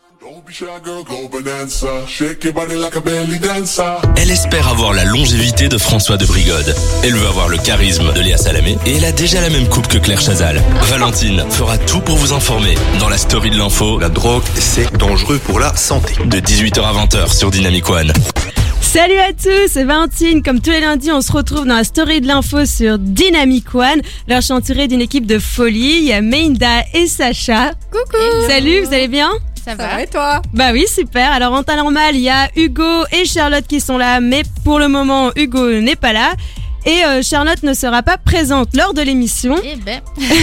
Elle espère avoir la longévité de François de Brigode. Elle veut avoir le charisme de Léa Salamé et elle a déjà la même coupe que Claire Chazal. Valentine fera tout pour vous informer dans la story de l'info. La drogue, c'est dangereux pour la santé. De 18h à 20h sur Dynamic One. Salut à tous, c'est Valentine. Comme tous les lundis, on se retrouve dans la story de l'info sur Dynamic One. Alors, je suis entourée d'une équipe de folie. Il y a Meinda et Sacha. Coucou. Hello. Salut, vous allez bien ? Ça va et toi ? Bah oui, super. Alors, en temps normal, il y a Hugo et Charlotte qui sont là. Mais pour le moment, Hugo n'est pas là. Et Charlotte ne sera pas présente lors de l'émission. Eh ben.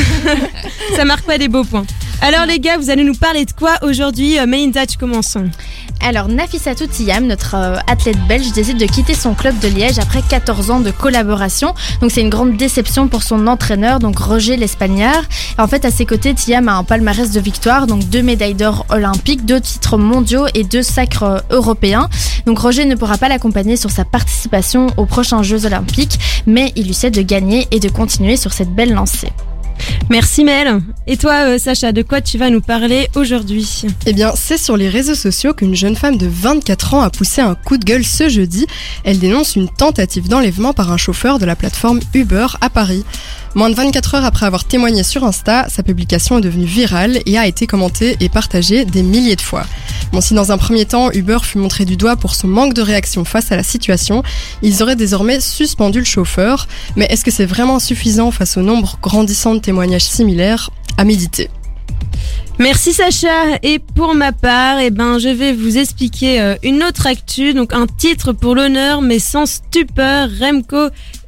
Ça marque pas des beaux points. Alors les gars, vous allez nous parler de quoi aujourd'hui ? Melinda, tu commences. Alors Nafissatou Thiam, notre athlète belge, décide de quitter son club de Liège après 14 ans de collaboration. Donc c'est une grande déception pour son entraîneur, donc Roger l'Espagnard. En fait, à ses côtés, Thiam a un palmarès de victoires, donc 2 médailles d'or olympiques, 2 titres mondiaux et 2 sacres européens. Donc Roger ne pourra pas l'accompagner sur sa participation aux prochains Jeux olympiques, mais il lui souhaite de gagner et de continuer sur cette belle lancée. Merci Mel. Et toi Sacha, de quoi tu vas nous parler aujourd'hui ? Eh bien, c'est sur les réseaux sociaux qu'une jeune femme de 24 ans a poussé un coup de gueule ce jeudi. Elle dénonce une tentative d'enlèvement par un chauffeur de la plateforme Uber à Paris. Moins de 24 heures après avoir témoigné sur Insta, sa publication est devenue virale et a été commentée et partagée des milliers de fois. Bon, si dans un premier temps, Uber fut montré du doigt pour son manque de réaction face à la situation, ils auraient désormais suspendu le chauffeur. Mais est-ce que c'est vraiment suffisant face au nombre grandissant de témoignages similaires ? À méditer. Merci Sacha. Et pour ma part, je vais vous expliquer une autre actu, donc un titre pour l'honneur mais sans stupeur. Remco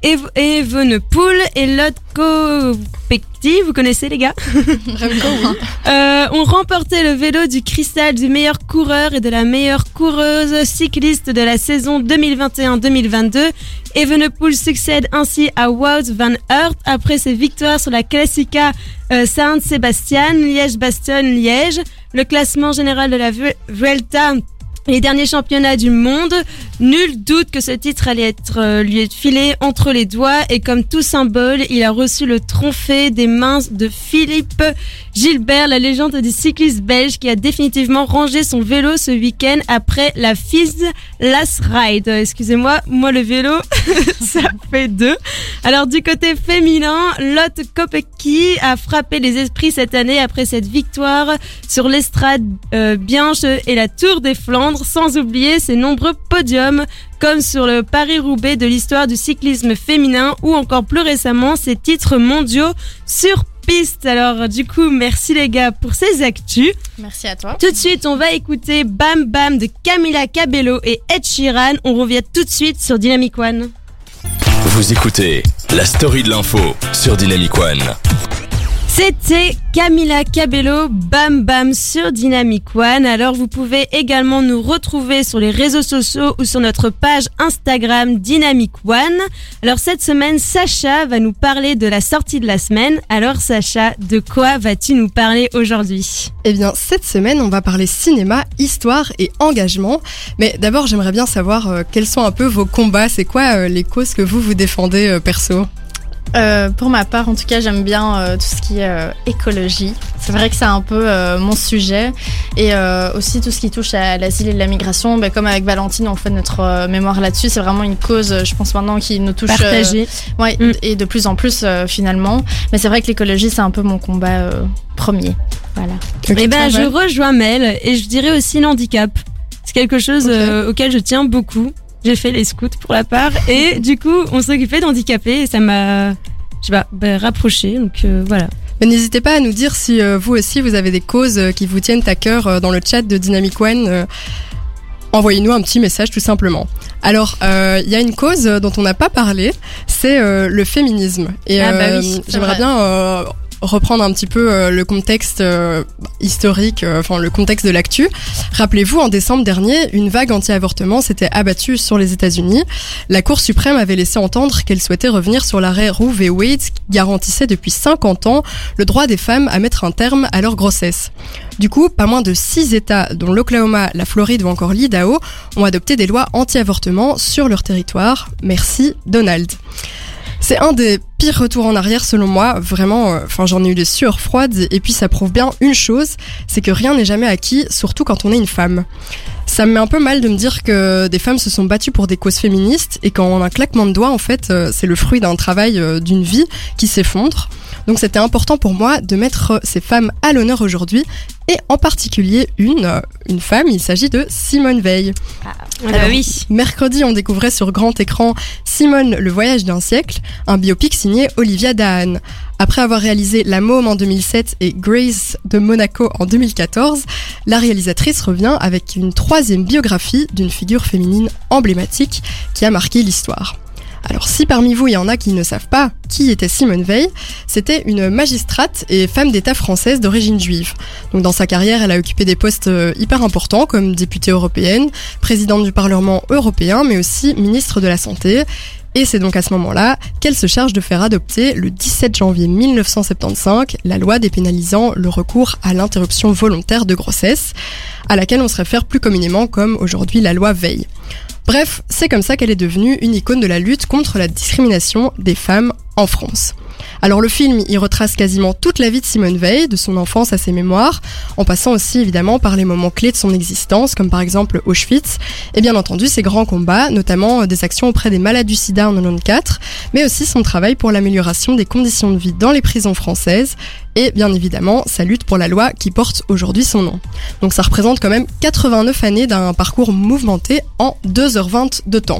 Evenepoel et Lotko Pekti, vous connaissez les gars ? Remco, oui. Ont remporté le vélo du cristal du meilleur coureur et de la meilleure coureuse cycliste de la saison 2021-2022. Evenepoel succède ainsi à Wout van Aert après ses victoires sur la Classica Saint-Sébastien, Liège-Bastogne-Liège, le classement général de la Vuelta, les derniers championnats du monde. Nul doute que ce titre allait lui être filé entre les doigts et comme tout symbole, il a reçu le trophée des mains de Philippe Gilbert, la légende du cycliste belge qui a définitivement rangé son vélo ce week-end après la FIS Last Ride. Excusez-moi, moi le vélo, ça fait 2. Alors du côté féminin, Lotte Kopecky a frappé les esprits cette année après cette victoire sur l'estrade Bianche et la Tour des Flandres, sans oublier ses nombreux podiums comme sur le Paris-Roubaix de l'histoire du cyclisme féminin ou encore plus récemment ses titres mondiaux sur piste. Alors du coup, merci les gars pour ces actus. Merci à toi. Tout de suite, on va écouter Bam Bam de Camila Cabello et Ed Sheeran. On revient tout de suite sur Dynamic One. Vous écoutez la story de l'info sur Dynamic One. C'était Camila Cabello, Bam Bam sur Dynamic One. Alors vous pouvez également nous retrouver sur les réseaux sociaux ou sur notre page Instagram Dynamic One. Alors cette semaine, Sacha va nous parler de la sortie de la semaine. Alors Sacha, de quoi vas-tu nous parler aujourd'hui ? Eh bien cette semaine, on va parler cinéma, histoire et engagement. Mais d'abord, j'aimerais bien savoir quels sont un peu vos combats. C'est quoi les causes que vous défendez perso ? Pour ma part, en tout cas, j'aime bien tout ce qui est écologie. C'est vrai que c'est un peu mon sujet. Et aussi tout ce qui touche à l'asile et la migration. Comme avec Valentine, on fait notre mémoire là-dessus. C'est vraiment une cause, je pense maintenant, qui nous touche. Partagée. Et de plus en plus, finalement. Mais c'est vrai que l'écologie, c'est un peu mon combat premier. Voilà. Okay, je rejoins Mel et je dirais aussi l'handicap. C'est quelque chose auquel je tiens beaucoup. J'ai fait les scouts pour la part et du coup on s'occupait d'handicapés et ça m'a rapproché, donc voilà. Mais n'hésitez pas à nous dire si vous aussi vous avez des causes qui vous tiennent à cœur dans le chat de Dynamic One. Envoyez-nous un petit message tout simplement. Alors il y a une cause dont on n'a pas parlé, c'est le féminisme et j'aimerais bien reprendre un petit peu le contexte historique, le contexte de l'actu. Rappelez-vous, en décembre dernier, une vague anti-avortement s'était abattue sur les États-Unis. La Cour suprême avait laissé entendre qu'elle souhaitait revenir sur l'arrêt Roe v. Wade qui garantissait depuis 50 ans le droit des femmes à mettre un terme à leur grossesse. Du coup, pas moins de 6 États, dont l'Oklahoma, la Floride ou encore l'Idaho, ont adopté des lois anti-avortement sur leur territoire. Merci, Donald. C'est un des pires retours en arrière selon moi, vraiment, j'en ai eu des sueurs froides et puis ça prouve bien une chose, c'est que rien n'est jamais acquis, surtout quand on est une femme. Ça me met un peu mal de me dire que des femmes se sont battues pour des causes féministes et qu'en un claquement de doigts, en fait, c'est le fruit d'un travail, d'une vie qui s'effondre. Donc c'était important pour moi de mettre ces femmes à l'honneur aujourd'hui et en particulier une femme, il s'agit de Simone Veil. Alors, oui. Mercredi, on découvrait sur grand écran Simone, le voyage d'un siècle, un biopic signé Olivia Dahan. Après avoir réalisé La Môme en 2007 et Grace de Monaco en 2014, la réalisatrice revient avec une 3e biographie d'une figure féminine emblématique qui a marqué l'histoire. Alors si parmi vous il y en a qui ne savent pas qui était Simone Veil, c'était une magistrate et femme d'État française d'origine juive. Donc dans sa carrière, elle a occupé des postes hyper importants comme députée européenne, présidente du Parlement européen, mais aussi ministre de la Santé. Et c'est donc à ce moment-là qu'elle se charge de faire adopter le 17 janvier 1975 la loi dépénalisant le recours à l'interruption volontaire de grossesse, à laquelle on se réfère plus communément comme aujourd'hui la loi Veil. Bref, c'est comme ça qu'elle est devenue une icône de la lutte contre la discrimination des femmes en France. Alors le film, il retrace quasiment toute la vie de Simone Veil, de son enfance à ses mémoires, en passant aussi évidemment par les moments clés de son existence, comme par exemple Auschwitz, et bien entendu ses grands combats, notamment des actions auprès des malades du sida en 1994, mais aussi son travail pour l'amélioration des conditions de vie dans les prisons françaises, et bien évidemment sa lutte pour la loi qui porte aujourd'hui son nom. Donc ça représente quand même 89 années d'un parcours mouvementé en 2h20 de temps.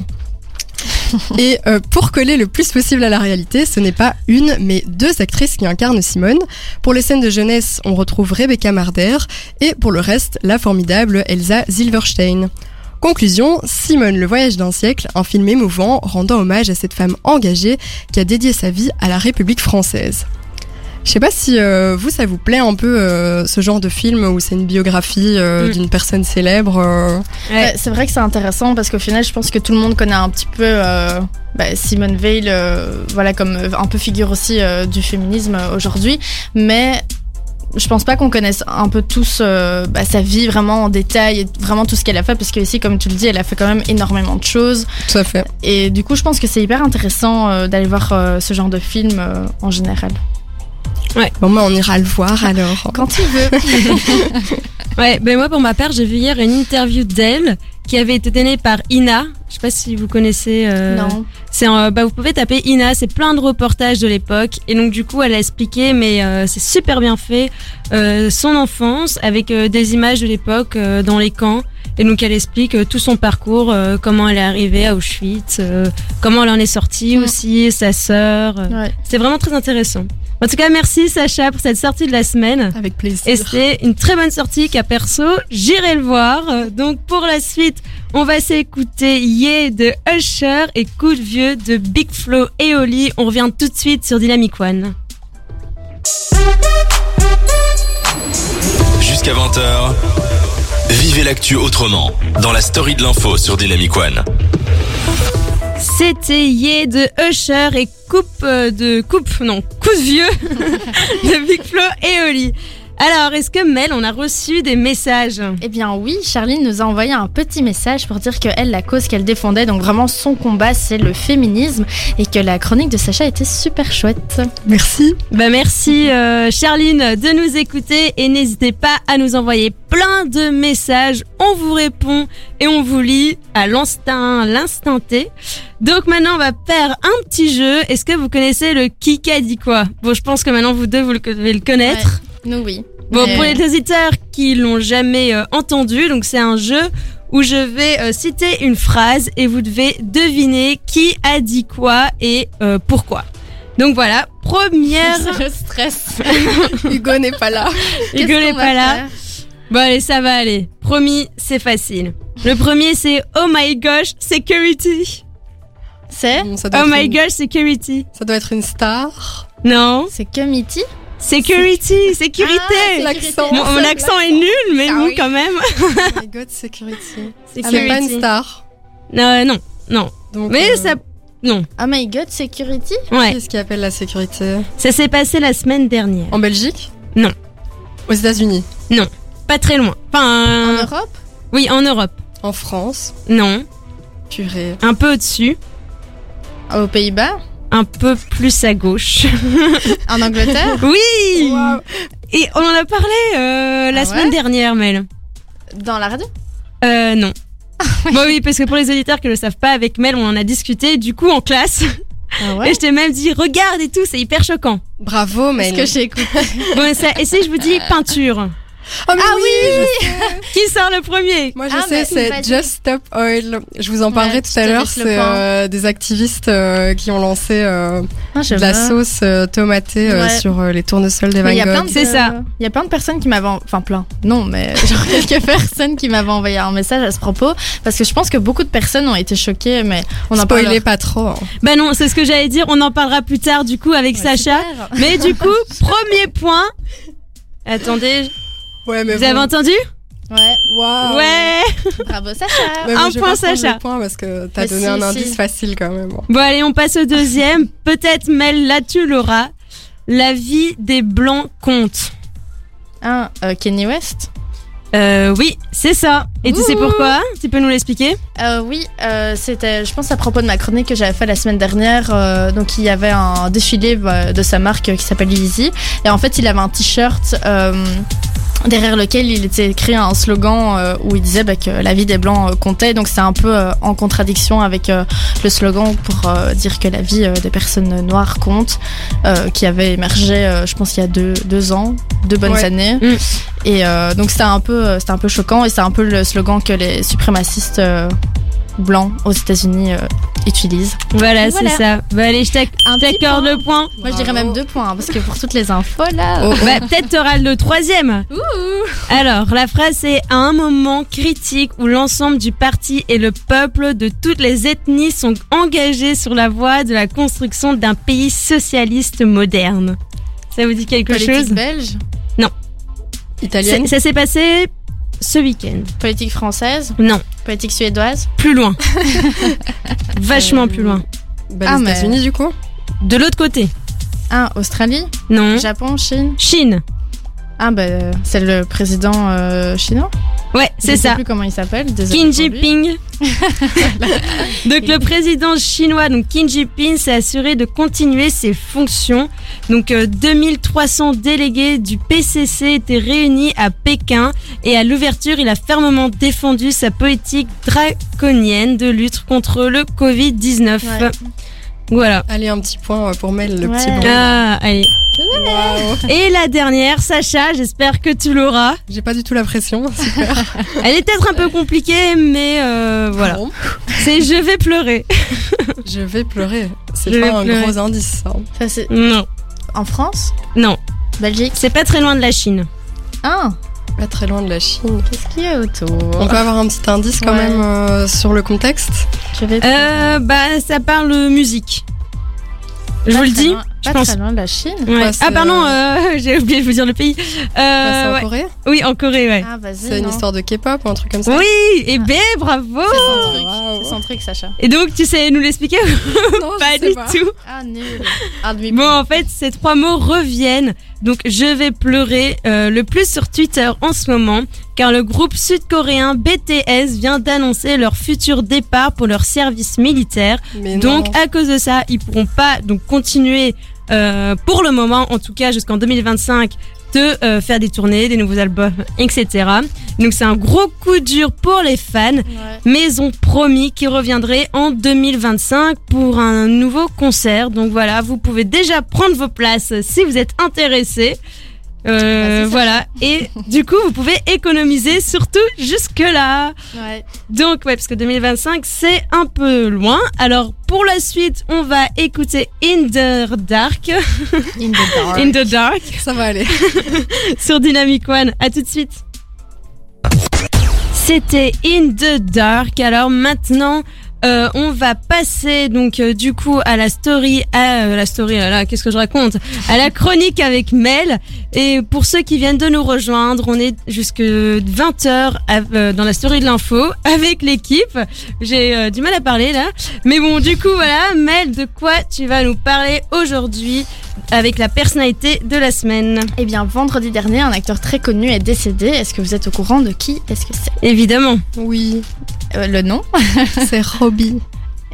Et pour coller le plus possible à la réalité, ce n'est pas une, mais 2 actrices qui incarnent Simone. Pour les scènes de jeunesse, on retrouve Rebecca Marder, et pour le reste, la formidable Elsa Silverstein. Conclusion, Simone, le voyage d'un siècle, un film émouvant rendant hommage à cette femme engagée qui a dédié sa vie à la République française. Je sais pas si vous, ça vous plaît un peu ce genre de film où c'est une biographie d'une personne célèbre. Ouais, c'est vrai que c'est intéressant parce qu'au final, je pense que tout le monde connaît un petit peu Simone Veil, voilà, comme un peu figure aussi du féminisme aujourd'hui. Mais je pense pas qu'on connaisse un peu tous sa vie vraiment en détail et vraiment tout ce qu'elle a fait, parce que ici, comme tu le dis, elle a fait quand même énormément de choses. Tout à fait. Et du coup, je pense que c'est hyper intéressant d'aller voir ce genre de film en général. Ouais. Bon, on ira le voir alors. Quand tu veux. Ouais, ben moi pour ma part, j'ai vu hier une interview d'elle qui avait été donnée par Ina. Je sais pas si vous connaissez. Non. C'est vous pouvez taper Ina, c'est plein de reportages de l'époque, et donc du coup elle a expliqué, mais c'est super bien fait, son enfance avec des images de l'époque dans les camps. Et donc elle explique tout son parcours, comment elle est arrivée à Auschwitz, comment elle en est sortie aussi, sa sœur. Ouais. C'est vraiment très intéressant. En tout cas, merci Sacha pour cette sortie de la semaine. Avec plaisir. Et c'était une très bonne sortie qu'à perso, j'irai le voir. Donc pour la suite, on va s'écouter Yeah de Usher et Coup de vieux de Big Flo et Oli. On revient tout de suite sur Dynamic One. Jusqu'à 20h, vivez l'actu autrement dans la story de l'info sur Dynamic One. C'était Yeah de Usher et Coup de vieux de Big Flo et Oli. Alors, est-ce que Mel, on a reçu des messages ? Eh bien oui, Charline nous a envoyé un petit message pour dire que elle, la cause qu'elle défendait, donc vraiment son combat, c'est le féminisme, et que la chronique de Sacha était super chouette. Merci. Merci Charline de nous écouter, et n'hésitez pas à nous envoyer plein de messages. On vous répond et on vous lit à l'instant T. Donc maintenant, on va faire un petit jeu. Est-ce que vous connaissez le qui a dit quoi ? Bon, je pense que maintenant vous deux, vous devez le connaître. Ouais. Nous, oui. Bon, pour les auditeurs qui l'ont jamais entendu, donc c'est un jeu où je vais citer une phrase et vous devez deviner qui a dit quoi et pourquoi. Donc voilà, première... C'est le stress. Hugo n'est pas là. Hugo n'est pas là. Bon allez, ça va aller. Promis, c'est facile. Le premier, c'est Oh my gosh, security. C'est Oh my gosh, security. Ça doit être une star. Non. C'est Committee. Sécurité. L'accent. Mon accent est nul, mais bon, quand même. Oh my god, security. Elle n'est pas une star. Non. Donc, mais ça... Non. Oh my god, security. Ouais. Qui est-ce qui appelle la sécurité ? Ça s'est passé la semaine dernière. En Belgique ? Non. Aux États-Unis ? Non. Pas très loin. En Europe ? Oui, en Europe. En France ? Non. Purée. Un peu au-dessus. Aux Pays-Bas ? un peu plus à gauche. En Angleterre? Oui. Wow. Et on en a parlé la semaine dernière, Mel. Dans la radio? Non. Bon oui, parce que pour les auditeurs qui ne le savent pas, avec Mel, on en a discuté, du coup, en classe. Ah ouais? Et je t'ai même dit, regarde et tout, c'est hyper choquant. Bravo, Est-ce Mel. que j'ai écouté? Bon, et si je vous dis peinture, Oh, mais oui, qui sort le premier? Moi, je Ah, sais, mais c'est vas-y. Just Stop Oil. Je vous en parlerai Ouais, tout je à te l'heure. laisse le C'est point. des activistes qui ont lancé Je de la vois. sauce tomatée Ouais. sur les tournesols des Mais Van il y a plein Gogh. de, C'est ça. Il y a plein de personnes qui m'avaient, enfin plein, non, mais genre quelques personnes qui m'avaient envoyé un message à ce propos, parce que je pense que beaucoup de personnes ont été choquées, mais on en Spoilez parle. pas trop. Hein. Bah non, c'est ce que j'allais dire, on en parlera plus tard du coup avec Sacha. Super. Mais du coup, premier point. Attendez, Ouais, mais vous avez entendu? Ouais, Waouh. Ouais. bravo Sacha. Mais moi, Un je vais point, pas prendre Sacha. le point parce que t'as Mais donné si, un si. indice facile quand même. Bon allez, on passe au deuxième. Peut-être Mel, là tu l'auras. La vie des blancs compte. Kanye West. Oui, c'est ça. Et tu sais Ouh. pourquoi? Tu peux nous l'expliquer? Oui, c'était, je pense, à propos de ma chronique que j'avais fait la semaine dernière. Donc, il y avait un défilé de sa marque qui s'appelle Yeezy. Et en fait, il avait un t-shirt derrière lequel il était écrit un slogan où il disait que la vie des Blancs comptait. Donc, c'est un peu en contradiction avec le slogan pour dire que la vie des personnes noires compte, qui avait émergé, je pense, il y a deux ans, 2 bonnes Ouais. années. Mm. Et donc, c'était un peu choquant. Et c'est un peu le slogan que les suprémacistes blancs aux États-Unis utilisent. Voilà, Voilà. c'est ça. Bah allez, je Un petit t'accorde point. le point. Moi, je dirais Bravo. même 2 points, hein, parce que pour toutes les infos, là. Oh, Bah peut-être t'auras le troisième. Alors, la phrase c'est à un moment critique où l'ensemble du parti et le peuple de toutes les ethnies sont engagés sur la voie de la construction d'un pays socialiste moderne. Ça vous dit quelque Politique chose? belge, italienne. Ça s'est passé ce week-end. politique française, Non, politique suédoise. plus loin. Vachement plus loin. Bah, Ah, les mais- États-Unis du coup. De l'autre côté. Australie, Non. Japon, Chine. Chine. C'est le président chinois. Ouais, c'est Je sais ça. plus comment il s'appelle. désolée Xi pour lui. Jinping. Donc le président chinois, donc Xi Jinping, s'est assuré de continuer ses fonctions. Donc 2300 délégués du PCC étaient réunis à Pékin et à l'ouverture, il a fermement défendu sa politique draconienne de lutte contre le Covid-19. Ouais. Voilà. Allez, un petit point pour Mel, le Ouais. petit bon. Ah, allez. Waouh. Et la dernière, Sacha, j'espère que tu l'auras. J'ai pas du tout la pression. Super. Elle est peut-être un peu compliquée, mais voilà. Bon, C'est je vais pleurer. je vais pleurer. C'est Je pas vais un pleurer. gros indice. Ça. Ça, c'est Non, en France, non. Belgique. C'est pas très loin de la Chine. Pas très loin de la Chine. Qu'est-ce qu'il y a autour? On peut avoir un petit indice quand Ouais. même sur le contexte. Je vais. Bah, ça parle musique. Je Pas vous le très dis. loin- Je Pas pense. très loin de la Chine. Ouais. Ouais, c'est, Ah pardon, j'ai oublié de vous dire le pays. Passer en Ouais. Corée. Oui, en Corée, ouais. Ah, vas-y. C'est une non. histoire de K-pop ou un truc comme ça. Oui, et B, bravo. C'est son truc. Waouh. C'est son truc, Sacha. Et donc, tu sais nous l'expliquer? Non, je Pas sais du pas. tout. Ah, nul. Un demi Bon, en fait, ces 3 mots reviennent. Donc, je vais pleurer le plus sur Twitter en ce moment, car le groupe sud-coréen BTS vient d'annoncer leur futur départ pour leur service militaire. Mais Donc, non. à cause de ça, ils pourront pas donc continuer pour le moment, en tout cas jusqu'en 2025, de faire des tournées, des nouveaux albums, etc. Donc, c'est un gros coup dur pour les fans. Ouais. Mais ils ont promis qu'ils reviendraient en 2025 pour un nouveau concert. Donc voilà, vous pouvez déjà prendre vos places si vous êtes intéressés. ça. Voilà. Et du coup, vous pouvez économiser surtout jusque-là. Ouais. Donc ouais, parce que 2025, c'est un peu loin. Alors pour la suite, on va écouter In the Dark. In the dark. In the Dark Ça va aller. sur Dynamic One. À tout de suite. C'était In the Dark. Alors maintenant, on va passer donc du coup à la story, là, qu'est-ce que je raconte? À la chronique avec Mel. Et pour ceux qui viennent de nous rejoindre, on est jusque 20h dans la story de l'info avec l'équipe. J'ai du mal à parler là. Mais bon, du coup, voilà, Mel, de quoi tu vas nous parler aujourd'hui avec la personnalité de la semaine? Eh bien, vendredi dernier, un acteur très connu est décédé. Est-ce que vous êtes au courant de qui est-ce que c'est? Évidemment. Oui, Le nom? c'est Robbie.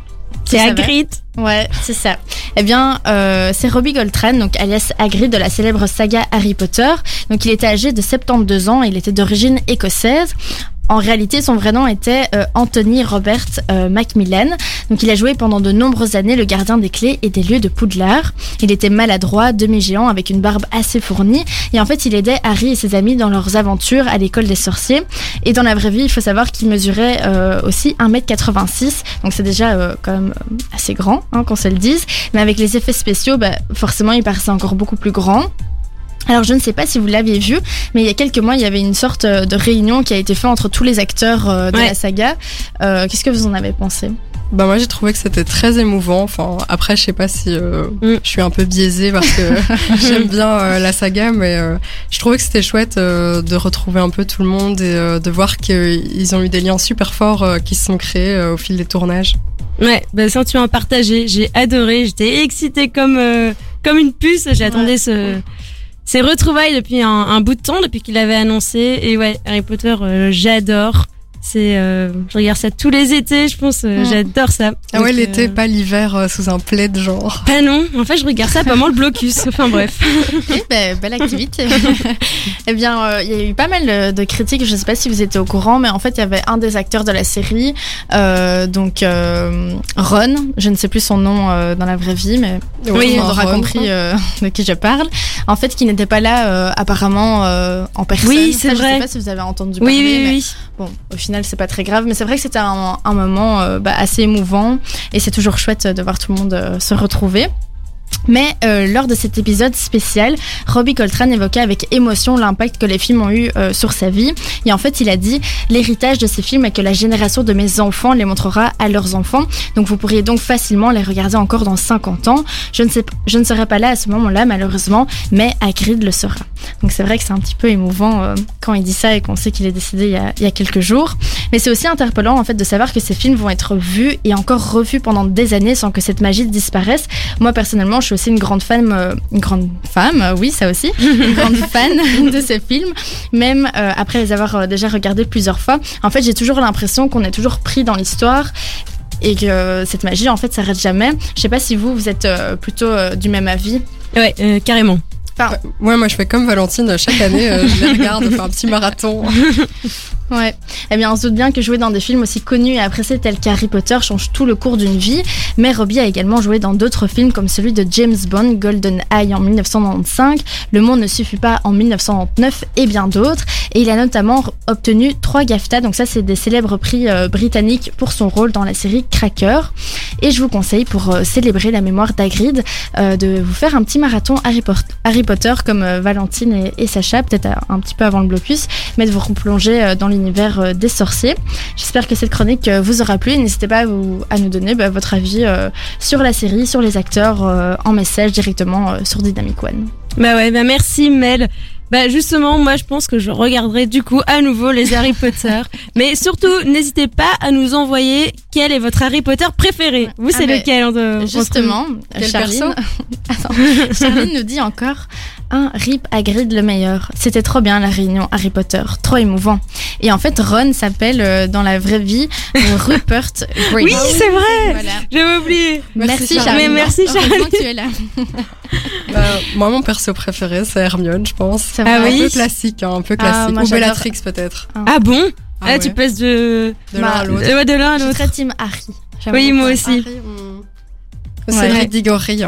C'est Hagrid. Ouais, c'est ça. Eh bien, c'est Robbie Coltrane, donc alias Hagrid de la célèbre saga Harry Potter. Donc, il était âgé de 72 ans et il était d'origine écossaise. En réalité, son vrai nom était Anthony Robert Macmillan. Donc, il a joué pendant de nombreuses années le gardien des clés et des lieux de Poudlard. Il était maladroit, demi-géant, avec une barbe assez fournie. Et en fait, il aidait Harry et ses amis dans leurs aventures à l'école des sorciers. Et dans la vraie vie, il faut savoir qu'il mesurait aussi 1m86. Donc, c'est déjà quand même assez grand, qu'on se le dise. Mais avec les effets spéciaux, forcément, il paraissait encore beaucoup plus grand. Alors je ne sais pas si vous l'aviez vu, mais il y a quelques mois, il y avait une sorte de réunion qui a été faite entre tous les acteurs de la saga. Qu'est-ce que vous en avez pensé ? Moi j'ai trouvé que c'était très émouvant. Enfin après je sais pas si je suis un peu biaisée parce que j'aime bien la saga, mais je trouvais que c'était chouette de retrouver un peu tout le monde et de voir qu'ils ont eu des liens super forts qui se sont créés au fil des tournages. Ouais, sentiment partagé. J'ai adoré. J'étais excitée comme une puce. J'attendais ces retrouvailles depuis un bout de temps, depuis qu'il avait annoncé. Et ouais, Harry Potter, j'adore. Je regarde ça tous les étés, je pense, j'adore ça. Ah ouais, l'été, pas l'hiver sous un plaid genre. Bah non, en fait je regarde ça pendant le blocus, enfin bref. Ok, belle activité. Eh bien, il y a eu pas mal de critiques, je sais pas si vous étiez au courant, mais en fait il y avait un des acteurs de la série, Ron, je ne sais plus son nom dans la vraie vie, mais oui, on aura compris de qui je parle. En fait, qui n'était pas là apparemment en personne. Oui, c'est vrai. Je sais pas si vous avez entendu parler, mais bon, au final c'est pas très grave, mais c'est vrai que c'était un moment assez émouvant et c'est toujours chouette de voir tout le monde se retrouver. Mais lors de cet épisode spécial, Robbie Coltrane évoquait avec émotion l'impact que les films ont eu sur sa vie. Et en fait, il a dit « L'héritage de ces films est que la génération de mes enfants les montrera à leurs enfants. Donc vous pourriez donc facilement les regarder encore dans 50 ans. Je ne serai pas là à ce moment-là, malheureusement, mais Hagrid le sera. » Donc c'est vrai que c'est un petit peu émouvant quand il dit ça et qu'on sait qu'il est décédé il y a quelques jours. Mais c'est aussi interpellant en fait de savoir que ces films vont être vus et encore revus pendant des années sans que cette magie disparaisse. Moi personnellement, je suis aussi une grande femme, oui ça aussi, une grande fan de ces films, même après les avoir déjà regardés plusieurs fois. En fait, j'ai toujours l'impression qu'on est toujours pris dans l'histoire et que cette magie en fait s'arrête jamais. Je sais pas si vous êtes plutôt du même avis. Ouais, carrément. Ouais, moi je fais comme Valentine, chaque année je les regarde, enfin un petit marathon. Ouais. Eh bien, on se doute bien que jouer dans des films aussi connus et appréciés tels qu'Harry Potter change tout le cours d'une vie. Mais Robbie a également joué dans d'autres films comme celui de James Bond, GoldenEye en 1995, Le Monde ne suffit pas en 1999 et bien d'autres. Et il a notamment obtenu 3 GAFTA, donc ça c'est des célèbres prix britanniques pour son rôle dans la série Cracker. Et je vous conseille pour célébrer la mémoire d'Hagrid de vous faire un petit marathon Harry Potter comme Valentine et Sacha, peut-être un petit peu avant le blocus, mais de vous replonger dans l'univers des sorciers. J'espère que cette chronique vous aura plu et n'hésitez pas à nous donner votre avis sur la série, sur les acteurs en message directement sur Dynamic One. Merci Mel. Justement, moi je pense que je regarderai du coup à nouveau les Harry Potter. Mais surtout, n'hésitez pas à nous envoyer quel est votre Harry Potter préféré. Vous, c'est lequel justement, Charline. Attends, Charline nous dit encore un RIP Hagrid le meilleur. C'était trop bien la réunion Harry Potter, trop émouvant. Et en fait, Ron s'appelle dans la vraie vie Rupert Grint. Oui, c'est vrai. Voilà. J'avais oublié. Merci Charline. Merci Charline. Tu es là. Moi, mon perso préféré, c'est Hermione, je pense. Un peu classique, un peu classique. Moi, ou Bellatrix peut-être. Ah bon? Là, tu passes de l'un à l'autre. De l'un à l'autre. Je serais team Harry. Oui, moi aussi. C'est Diggory.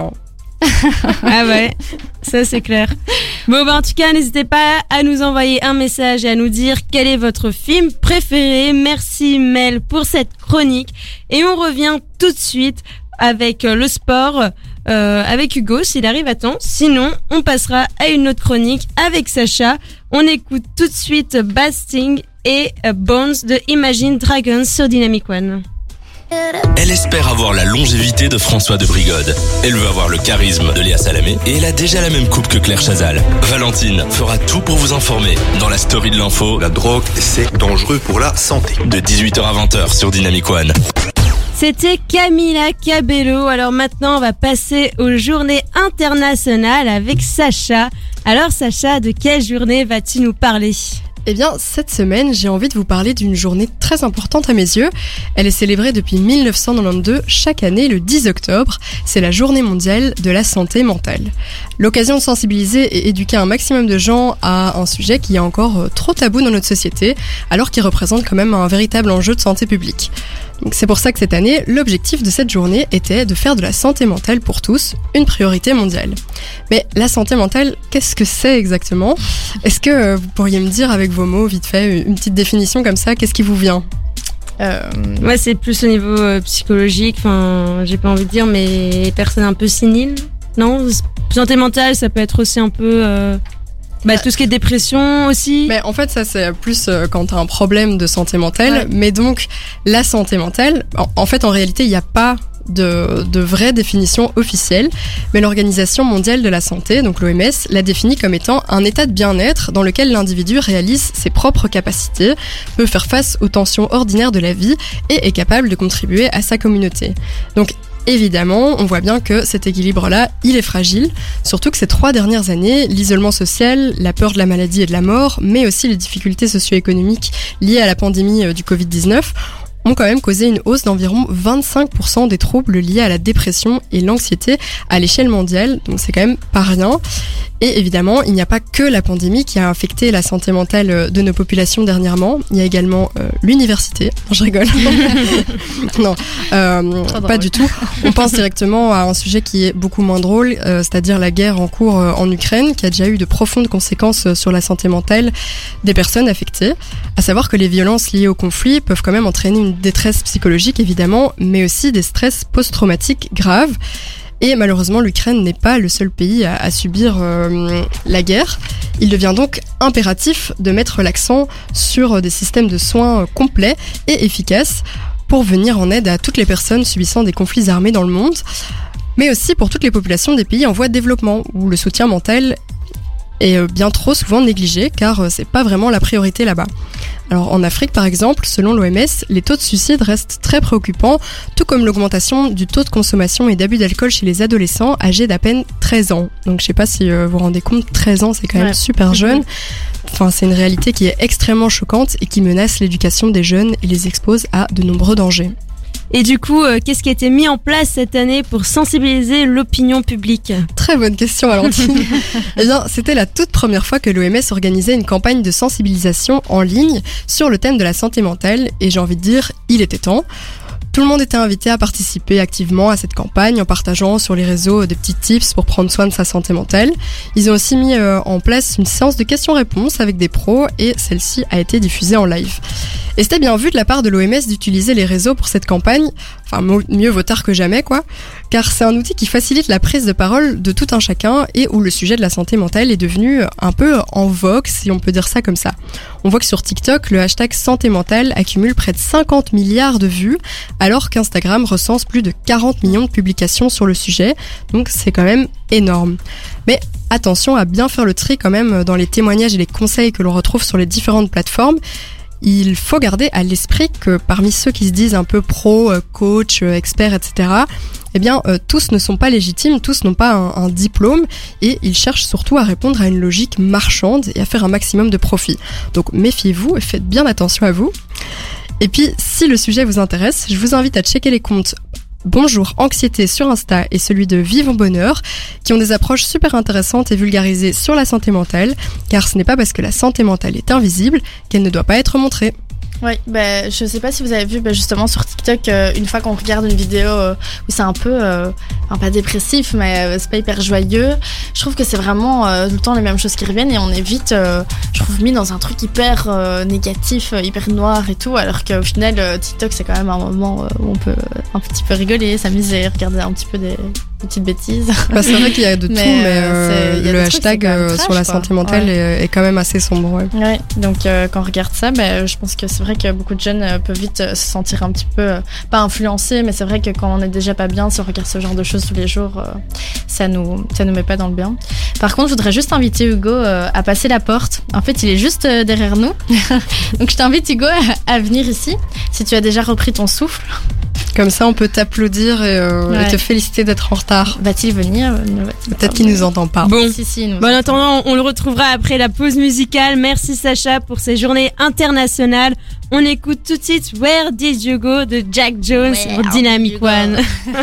Ah ouais, ça c'est clair. Bon en tout cas, n'hésitez pas à nous envoyer un message et à nous dire quel est votre film préféré. Merci Mel pour cette chronique. Et on revient tout de suite avec le sport avec Hugo s'il arrive à temps. Sinon, on passera à une autre chronique avec Sacha. On écoute tout de suite Bad Sting et Bones de Imagine Dragons sur Dynamic One. Elle espère avoir la longévité de François de Brigode. Elle veut avoir le charisme de Léa Salamé et elle a déjà la même coupe que Claire Chazal. Valentine fera tout pour vous informer dans la story de l'info. La drogue, c'est dangereux pour la santé. De 18h à 20h sur Dynamic One. C'était Camila Cabello. Alors maintenant, on va passer aux journées internationales avec Sacha. Alors Sacha, de quelle journée vas-tu nous parler ? Eh bien, cette semaine, j'ai envie de vous parler d'une journée très importante à mes yeux. Elle est célébrée depuis 1992, chaque année, le 10 octobre. C'est la journée mondiale de la santé mentale. L'occasion de sensibiliser et éduquer un maximum de gens à un sujet qui est encore trop tabou dans notre société, alors qu'il représente quand même un véritable enjeu de santé publique. Donc c'est pour ça que cette année, l'objectif de cette journée était de faire de la santé mentale pour tous une priorité mondiale. Mais la santé mentale, qu'est-ce que c'est exactement ? Est-ce que vous pourriez me dire avec vos mots, vite fait, une petite définition comme ça, qu'est-ce qui vous vient ? Moi, c'est plus au niveau psychologique, j'ai pas envie de dire, mais personnes un peu séniles, non ? Santé mentale, ça peut être aussi un peu... tout ce qui est dépression aussi. Mais en fait, ça c'est plus quand t'as un problème de santé mentale. Ouais. Mais donc, la santé mentale, en fait, en réalité, il n'y a pas de vraie définition officielle, mais l'Organisation mondiale de la santé, donc l'OMS, la définit comme étant un état de bien-être dans lequel l'individu réalise ses propres capacités, peut faire face aux tensions ordinaires de la vie et est capable de contribuer à sa communauté. Donc, évidemment, on voit bien que cet équilibre-là, il est fragile, surtout que ces 3 dernières années, l'isolement social, la peur de la maladie et de la mort, mais aussi les difficultés socio-économiques liées à la pandémie du Covid-19, ont quand même causé une hausse d'environ 25% des troubles liés à la dépression et l'anxiété à l'échelle mondiale, donc c'est quand même pas rien. Et évidemment, il n'y a pas que la pandémie qui a affecté la santé mentale de nos populations dernièrement, il y a également l'université. Non, je rigole. Non, pas du tout. On pense directement à un sujet qui est beaucoup moins drôle, c'est-à-dire la guerre en cours en Ukraine, qui a déjà eu de profondes conséquences sur la santé mentale des personnes affectées. À savoir que les violences liées au conflit peuvent quand même entraîner une détresse psychologique évidemment, mais aussi des stress post-traumatiques graves. Et malheureusement, l'Ukraine n'est pas le seul pays à subir la guerre. Il devient donc impératif de mettre l'accent sur des systèmes de soins complets et efficaces pour venir en aide à toutes les personnes subissant des conflits armés dans le monde, mais aussi pour toutes les populations des pays en voie de développement, où le soutien mental est bien trop souvent négligé, car c'est pas vraiment la priorité là-bas. Alors en Afrique par exemple, selon l'OMS, les taux de suicide restent très préoccupants, tout comme l'augmentation du taux de consommation et d'abus d'alcool chez les adolescents âgés d'à peine 13 ans. Donc je sais pas si vous vous rendez compte, 13 ans c'est quand même super jeune. Enfin, c'est une réalité qui est extrêmement choquante et qui menace l'éducation des jeunes et les expose à de nombreux dangers. Et du coup, qu'est-ce qui a été mis en place cette année pour sensibiliser l'opinion publique ? Très bonne question, Valentine. Eh bien, c'était la toute première fois que l'OMS organisait une campagne de sensibilisation en ligne sur le thème de la santé mentale, et j'ai envie de dire, il était temps. Tout le monde était invité à participer activement à cette campagne en partageant sur les réseaux des petits tips pour prendre soin de sa santé mentale. Ils ont aussi mis en place une séance de questions-réponses avec des pros et celle-ci a été diffusée en live. Et c'était bien vu de la part de l'OMS d'utiliser les réseaux pour cette campagne, enfin mieux vaut tard que jamais quoi, car c'est un outil qui facilite la prise de parole de tout un chacun et où le sujet de la santé mentale est devenu un peu en vogue, si on peut dire ça comme ça. On voit que sur TikTok, le hashtag santé mentale accumule près de 50 milliards de vues, alors qu'Instagram recense plus de 40 millions de publications sur le sujet, donc c'est quand même énorme. Mais attention à bien faire le tri quand même dans les témoignages et les conseils que l'on retrouve sur les différentes plateformes. Il faut garder à l'esprit que parmi ceux qui se disent un peu pro, coach, expert, etc., eh bien, tous ne sont pas légitimes, tous n'ont pas un diplôme et ils cherchent surtout à répondre à une logique marchande et à faire un maximum de profit. Donc méfiez-vous et faites bien attention à vous. Et puis, si le sujet vous intéresse, je vous invite à checker les comptes Bonjour Anxiété sur Insta et celui de Vivons Bonheur, qui ont des approches super intéressantes et vulgarisées sur la santé mentale, car ce n'est pas parce que la santé mentale est invisible qu'elle ne doit pas être montrée. Oui, je sais pas si vous avez vu justement sur TikTok, une fois qu'on regarde une vidéo où c'est un peu, pas dépressif, mais c'est pas hyper joyeux, je trouve que c'est vraiment tout le temps les mêmes choses qui reviennent et on est vite, je trouve, mis dans un truc hyper négatif, hyper noir et tout, alors qu'au final, TikTok c'est quand même un moment où on peut un petit peu rigoler, s'amuser, regarder un petit peu des petites bêtises. C'est vrai qu'il y a de tout, mais le hashtag sur la santé mentale est quand même assez sombre. Ouais, donc quand on regarde ça, je pense que c'est vrai que beaucoup de jeunes peuvent vite se sentir un petit peu, pas influencés, mais c'est vrai que quand on est déjà pas bien, si on regarde ce genre de choses tous les jours, ça nous met pas dans le bien. Par contre, je voudrais juste inviter Hugo à passer la porte. En fait, il est juste derrière nous. Donc je t'invite Hugo à venir ici, si tu as déjà repris ton souffle. Comme ça, on peut t'applaudir et te féliciter d'être en retard. Va-t-il venir? Peut-être qu'il nous entend pas. Bon, Si, nous. en attendant, on le retrouvera après la pause musicale. Merci Sacha pour ces journées internationales. On écoute tout de suite Where Did You Go de Jack Jones sur Dynamic One.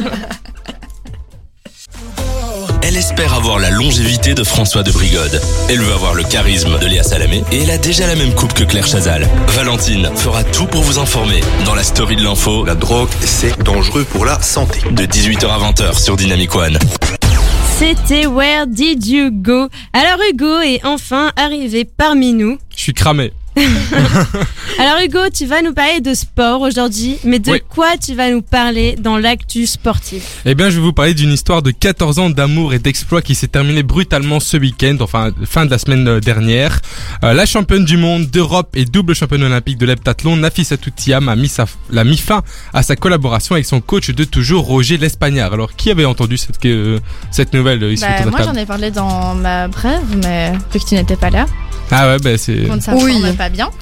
Elle espère avoir la longévité de François de Brigode. Elle veut avoir le charisme de Léa Salamé et elle a déjà la même coupe que Claire Chazal. Valentine fera tout pour vous informer dans la story de l'info. La drogue, c'est dangereux pour la santé. De 18h à 20h sur Dynamic One. C'était Where Did You Go? Alors Hugo est enfin arrivé parmi nous. Je suis cramé. Alors Hugo, tu vas nous parler de sport aujourd'hui, mais de quoi tu vas nous parler dans l'actu sportif? Eh bien, je vais vous parler d'une histoire de 14 ans d'amour et d'exploit qui s'est terminée brutalement ce week-end, enfin fin de la semaine dernière. La championne du monde, d'Europe et double championne olympique de l'heptathlon, Nafissatou Thiam a mis fin à sa collaboration avec son coach de toujours, Roger L'Espagnard. Alors, qui avait entendu cette nouvelle ici autour de la moi, table? j'en ai parlé dans ma brève, mais vu que tu n'étais pas là. Ah ouais, c'est... On ne s'informe pas bien.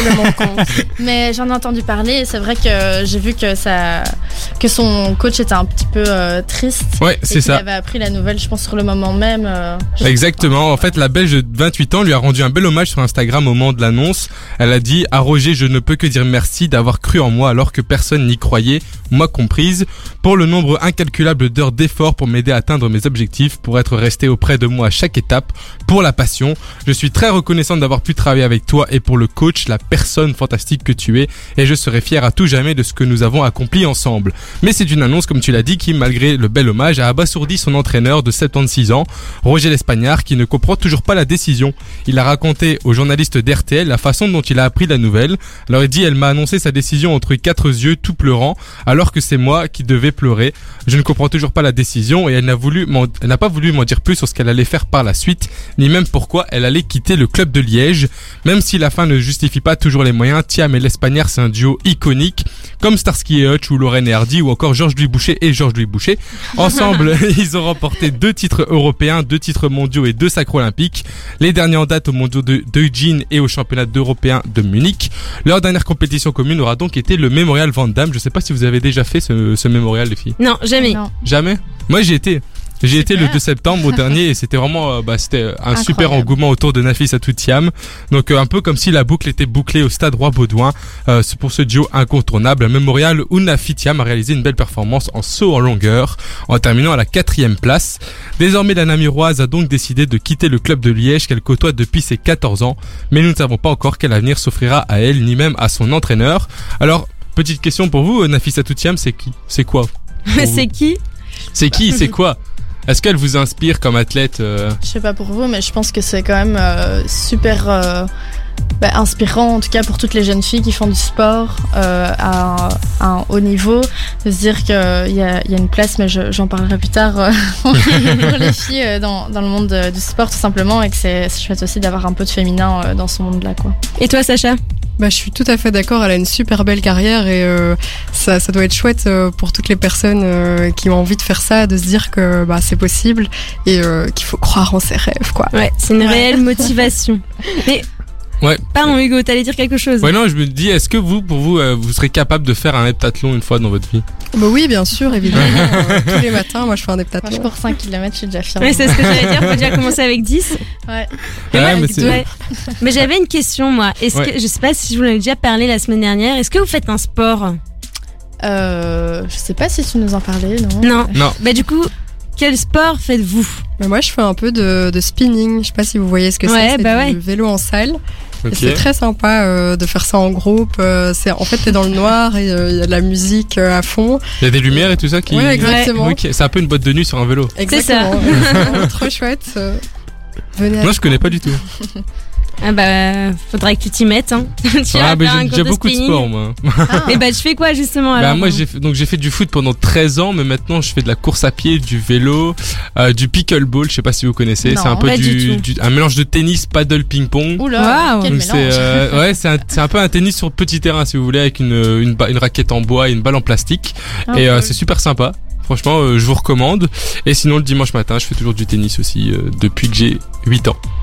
Mais j'en ai entendu parler et c'est vrai que j'ai vu que son coach était un petit peu triste. Ouais, c'est ça. Il avait appris la nouvelle, je pense, sur le moment même. Exactement. En fait, la Belge de 28 ans lui a rendu un bel hommage sur Instagram au moment de l'annonce. Elle a dit: à Roger, je ne peux que dire merci d'avoir cru en moi alors que personne n'y croyait, moi comprise, pour le nombre incalculable d'heures d'efforts pour m'aider à atteindre mes objectifs, pour être resté auprès de moi à chaque étape, pour la passion. Je suis très reconnaissant d'avoir pu travailler avec toi et pour le coach, la personne fantastique que tu es, et je serai fier à tout jamais de ce que nous avons accompli ensemble. Mais c'est une annonce, comme tu l'as dit, qui, malgré le bel hommage, a abasourdi son entraîneur de 76 ans, Roger L'Espagnard, qui ne comprend toujours pas la décision. Il a raconté aux journalistes d'RTL la façon dont il a appris la nouvelle. Alors il dit: elle m'a annoncé sa décision entre 4 yeux, tout pleurant, alors que c'est moi qui devais pleurer. Je ne comprends toujours pas la décision et elle n'a pas voulu m'en dire plus sur ce qu'elle allait faire par la suite, ni même pourquoi elle allait quitter le club de Liège. Même si la fin ne justifie pas toujours les moyens, Thiam et L'Espagnard, c'est un duo iconique, comme Starsky et Hutch ou Lorraine et Hardy ou encore Georges-Louis Boucher et Georges-Louis Boucher. Ensemble, ils ont remporté 2 titres européens, 2 titres mondiaux et 2 sacres olympiques. Les derniers en date aux mondiaux de Eugene et au championnat européen de Munich. Leur dernière compétition commune aura donc été le Mémorial Van Damme. Je sais pas si vous avez déjà fait ce mémorial, les filles. Non, jamais. Non. Jamais? Moi, j'y étais. J'ai été le 2 septembre au dernier et c'était vraiment c'était un super engouement autour de Nafissatou Thiam. Donc un peu comme si la boucle était bouclée au stade Roi-Baudouin pour ce duo incontournable, un mémorial où Nafi Thiam a réalisé une belle performance en saut en longueur en terminant à la 4e place. Désormais, la Namuroise a donc décidé de quitter le club de Liège qu'elle côtoie depuis ses 14 ans, mais nous ne savons pas encore quel avenir s'offrira à elle ni même à son entraîneur. Alors, petite question pour vous, Nafissatou Thiam, c'est qui? C'est quoi? C'est qui? C'est qui? C'est quoi? Est-ce qu'elle vous inspire comme athlète Je sais pas pour vous, mais je pense que c'est quand même super inspirant, en tout cas pour toutes les jeunes filles qui font du sport à un haut niveau, de se dire qu'il y a une place, mais j'en parlerai plus tard, pour les filles dans le monde du sport tout simplement, et que c'est chouette aussi d'avoir un peu de féminin dans ce monde-là, quoi. Et toi Sacha? Je suis tout à fait d'accord, elle a une super belle carrière et ça doit être chouette pour toutes les personnes qui ont envie de faire ça, de se dire que c'est possible et qu'il faut croire en ses rêves, quoi. Ouais, c'est une réelle motivation. Mais ouais. Pardon Hugo, t'allais dire quelque chose? Ouais, non, je me dis, est-ce que pour vous, vous serez capable de faire un heptathlon une fois dans votre vie? Oui, bien sûr, évidemment. Tous les matins, moi je fais un heptathlon. Moi, je cours 5 km, je suis déjà fière. Ouais, c'est ce que j'allais dire, faut déjà commencer avec 10. Ouais. Mais j'avais une question, moi. Que, je sais pas si je vous l'avais déjà parlé la semaine dernière, est-ce que vous faites un sport? Je sais pas si tu nous en parlais, non? Non. Du coup, quel sport faites-vous? Moi, je fais un peu de spinning. Je sais pas si vous voyez ce que c'est. C'est du vélo en salle. Okay. C'est très sympa de faire ça en groupe. En fait, t'es dans le noir et il y a de la musique à fond. Il y a des lumières et tout ça qui. Oui, exactement. Okay. C'est un peu une boîte de nuit sur un vélo. Exactement. C'est ça. Trop chouette. Venez. Moi, je connais pas du tout. Faudrait que tu t'y mettes, hein. J'ai beaucoup de sport, moi. Et je fais quoi, justement, alors? Moi, j'ai fait du foot pendant 13 ans, mais maintenant, je fais de la course à pied, du vélo, du pickleball, je sais pas si vous connaissez. Non, c'est un peu un mélange de tennis, paddle, ping-pong. Oula, quel mélange. C'est un peu un tennis sur petit terrain, si vous voulez, avec une raquette en bois et une balle en plastique. Cool. C'est super sympa. Franchement, je vous recommande. Et sinon, le dimanche matin, je fais toujours du tennis aussi, depuis que j'ai 8 ans.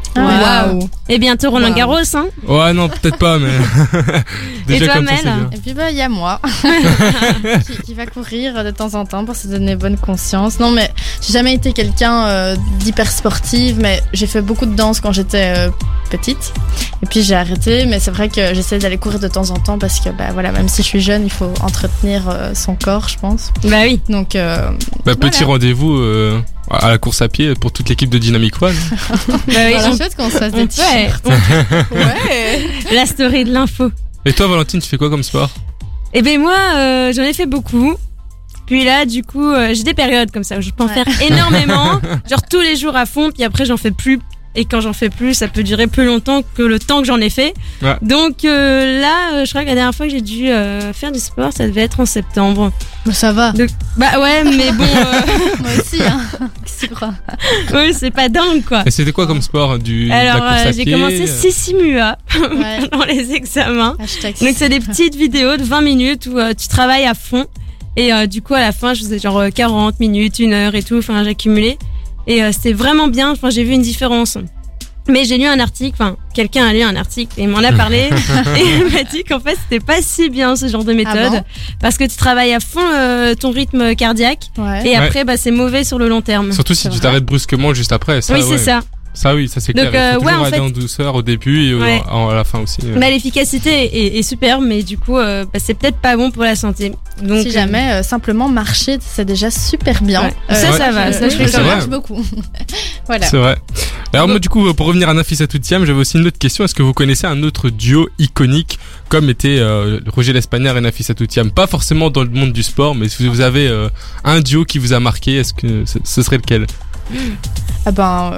Waouh. Et bientôt Roland Wow. Garros, hein. Ouais, non, peut-être pas, mais. Et toi, comme ça, Mel c'est bien. Et puis il y a moi qui va courir de temps en temps pour se donner bonne conscience. Non mais j'ai jamais été quelqu'un d'hyper sportive, mais j'ai fait beaucoup de danse quand j'étais petite. Et puis j'ai arrêté, mais c'est vrai que j'essaie d'aller courir de temps en temps parce que voilà, même si je suis jeune, il faut entretenir son corps, je pense. Bah oui. Donc Petit rendez-vous à la course à pied pour toute l'équipe de Dynamic One. Bah oui. c'est chouette qu'on se fasse des On t-shirts. peut. Ouais. La story de l'info. Et toi, Valentine, tu fais quoi comme sport? Eh ben moi, j'en ai fait beaucoup. Puis là, du coup, j'ai des périodes comme ça où je peux en faire énormément, genre tous les jours à fond. Puis après, j'en fais plus. Et quand j'en fais plus, ça peut durer plus longtemps que le temps que j'en ai fait. Ouais. Donc là, je crois que la dernière fois que j'ai dû faire du sport, ça devait être en septembre. Ça va. Donc, bah ouais, mais bon, Moi aussi, hein. Qu'est-ce que tu crois? oui, c'est pas dingue quoi. Et c'était quoi comme sport de la Alors, course à j'ai pied commencé Sissimua Ouais. dans les examens. Hashtag Donc c'est des petites vidéos de 20 minutes où tu travailles à fond. Et du coup, à la fin, je faisais genre 40 minutes, 1 heure et tout. Enfin, j'accumulais. Et c'était vraiment bien. Enfin, j'ai vu une différence. Mais j'ai lu un article, enfin, quelqu'un a lu un article et m'en a parlé. Et il m'a dit qu'en fait, c'était pas si bien ce genre de méthode. Ah bon parce que tu travailles à fond ton rythme cardiaque. Ouais. Et après, bah, c'est mauvais sur le long terme. Surtout si C'est tu vrai. t'arrêtes brusquement juste après. Ça, Oui, ouais. c'est ça. Ça, oui, ça c'est Donc, clair. Il faut ouais, toujours en aller fait- en douceur au début et Ouais. à la fin aussi. Bah, l'efficacité est super, mais du coup, bah, c'est peut-être pas bon pour la santé. Donc, Si jamais simplement marcher, c'est déjà super bien. Ouais. Ça, ça va, ça, je fais quand même. marche beaucoup. Voilà. C'est vrai. Alors moi du coup pour revenir à Nafissatou Thiam, j'avais aussi une autre question. Est-ce que vous connaissez un autre duo iconique comme étaient Roger L'Espagnard et Nafissatou Thiam? Pas forcément dans le monde du sport, mais si vous avez un duo qui vous a marqué, est-ce que ce serait lequel? Ah ben.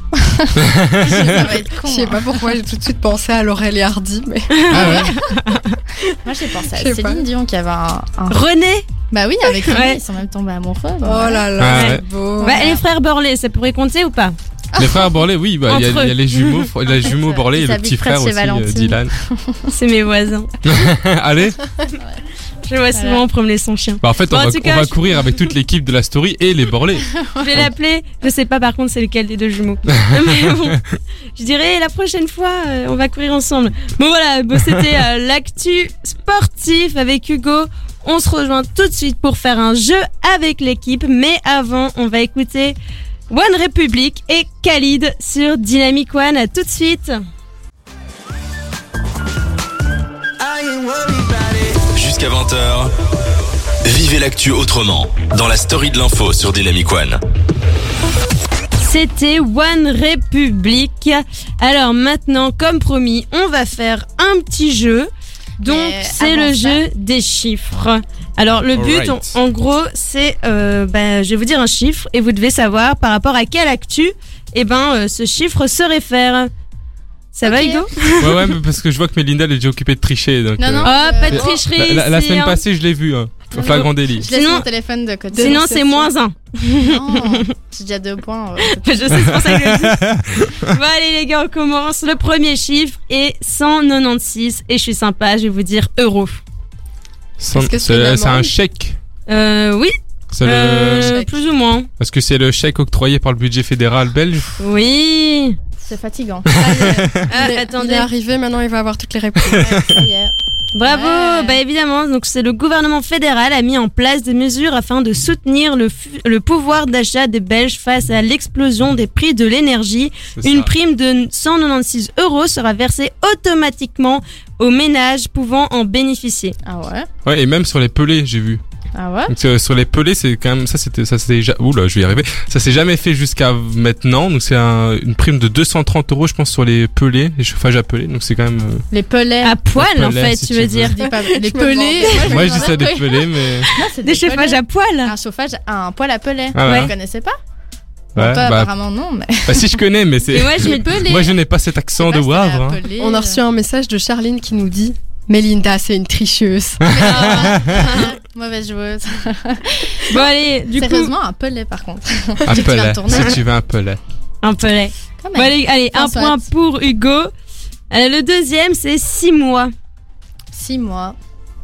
Ça va être con. Je sais hein. pas pourquoi j'ai tout de suite pensé à Laurel et Hardy, mais Ah ouais. Moi j'ai pensé à Je sais pas. Céline Dion qui avait un. René, Bah oui, avec René, Ouais. ils sont même tombés amoureux. oh là là, Ah ouais. c'est beau. bah, les frères Borlé, ça pourrait compter ou pas? Les frères Borlé, oui, bah il y Entre a les jumeaux, les jumeaux fait, Borlé et ils le habitent petit près de frère chez aussi, Valentine. Dylan. C'est mes voisins. Allez. Je vois souvent promener son chien. Bah en fait Bon, en tout on cas, va je- courir avec toute l'équipe de la story et les Borlé. Je vais l'appeler. Je sais pas par contre c'est lequel des deux jumeaux. Mais bon, je dirais la prochaine fois on va courir ensemble. Bon voilà, bon, c'était l'actu sportif avec Hugo. On se rejoint tout de suite pour faire un jeu avec l'équipe. Mais avant, on va écouter One Republic et Khalid sur Dynamic One. À tout de suite. Jusqu'à 20h, vivez l'actu autrement dans la story de l'info sur Dynamic One. C'était One Republic. Alors maintenant, comme promis, on va faire un petit jeu. Donc Mais c'est avant le ça- jeu des chiffres. Alors le but, Alright. en gros, c'est, je vais vous dire un chiffre et vous devez savoir par rapport à quelle actu, ce chiffre se réfère. Ça va Ok. Hugo? Ouais mais parce que je vois que Mélinda elle est déjà occupée de tricher donc. Non, non. Oh, pas de Oh. tricherie La ici, semaine hein. passée je l'ai vu. Non, Flagrant délit. Je laisse Sinon- mon téléphone de côté. Sinon c'est -1. Non, j'ai déjà 2 points. Je sais, c'est pour ça que je le dis. Bon allez les gars, on commence. Le premier chiffre est 196 et je suis sympa, je vais vous dire euros. C'est que c'est une c'est un amende chèque. Oui, C'est le... plus ou moins. Est-ce que c'est le chèque octroyé par le budget fédéral belge? Oui. C'est fatigant. Ah, Il est attendez. arrivé, maintenant il va avoir toutes les réponses. Ça y est. Bravo. Ouais. Bah évidemment, donc c'est le gouvernement fédéral a mis en place des mesures afin de soutenir le pouvoir d'achat des Belges face à l'explosion des prix de l'énergie. C'est Une ça. prime de 196 € sera versée automatiquement aux ménages pouvant en bénéficier. Ah ouais. Ouais, et même sur les pelés, j'ai vu. Ah ouais. Donc sur les pelés, c'est quand même ça oula, je vais y arriver. Ça s'est jamais fait jusqu'à maintenant. Donc c'est une prime de 230 € je pense sur les pelés, les chauffages à pelés. Donc c'est quand même Les pelets. À poil en pellet, fait, si tu tu veux veux. dire. Je dis pas les Je me pelés. moi je dis ça des pelés mais Non, c'est Des chauffages pelets. à poil. Un chauffage, un poêle à pellet. Ah ouais. Vous connaissez pas? ouais, Bon, toi, bah, apparemment non, mais. bah, si je connais mais Et c'est moi je Les pelés. moi je n'ai pas cet accent de Wavre. hein. On a reçu un message de Charline qui nous dit Mélinda, c'est une tricheuse. Mauvaise joueuse. Bon allez, du coup Sérieusement, un pellet par contre. Un Tu vas pelet. tourner. Si tu veux un pelet. un pellet. Quand Bon même. allez, un Enfin, point soit. pour Hugo. Le deuxième c'est 6 mois. 6 mois.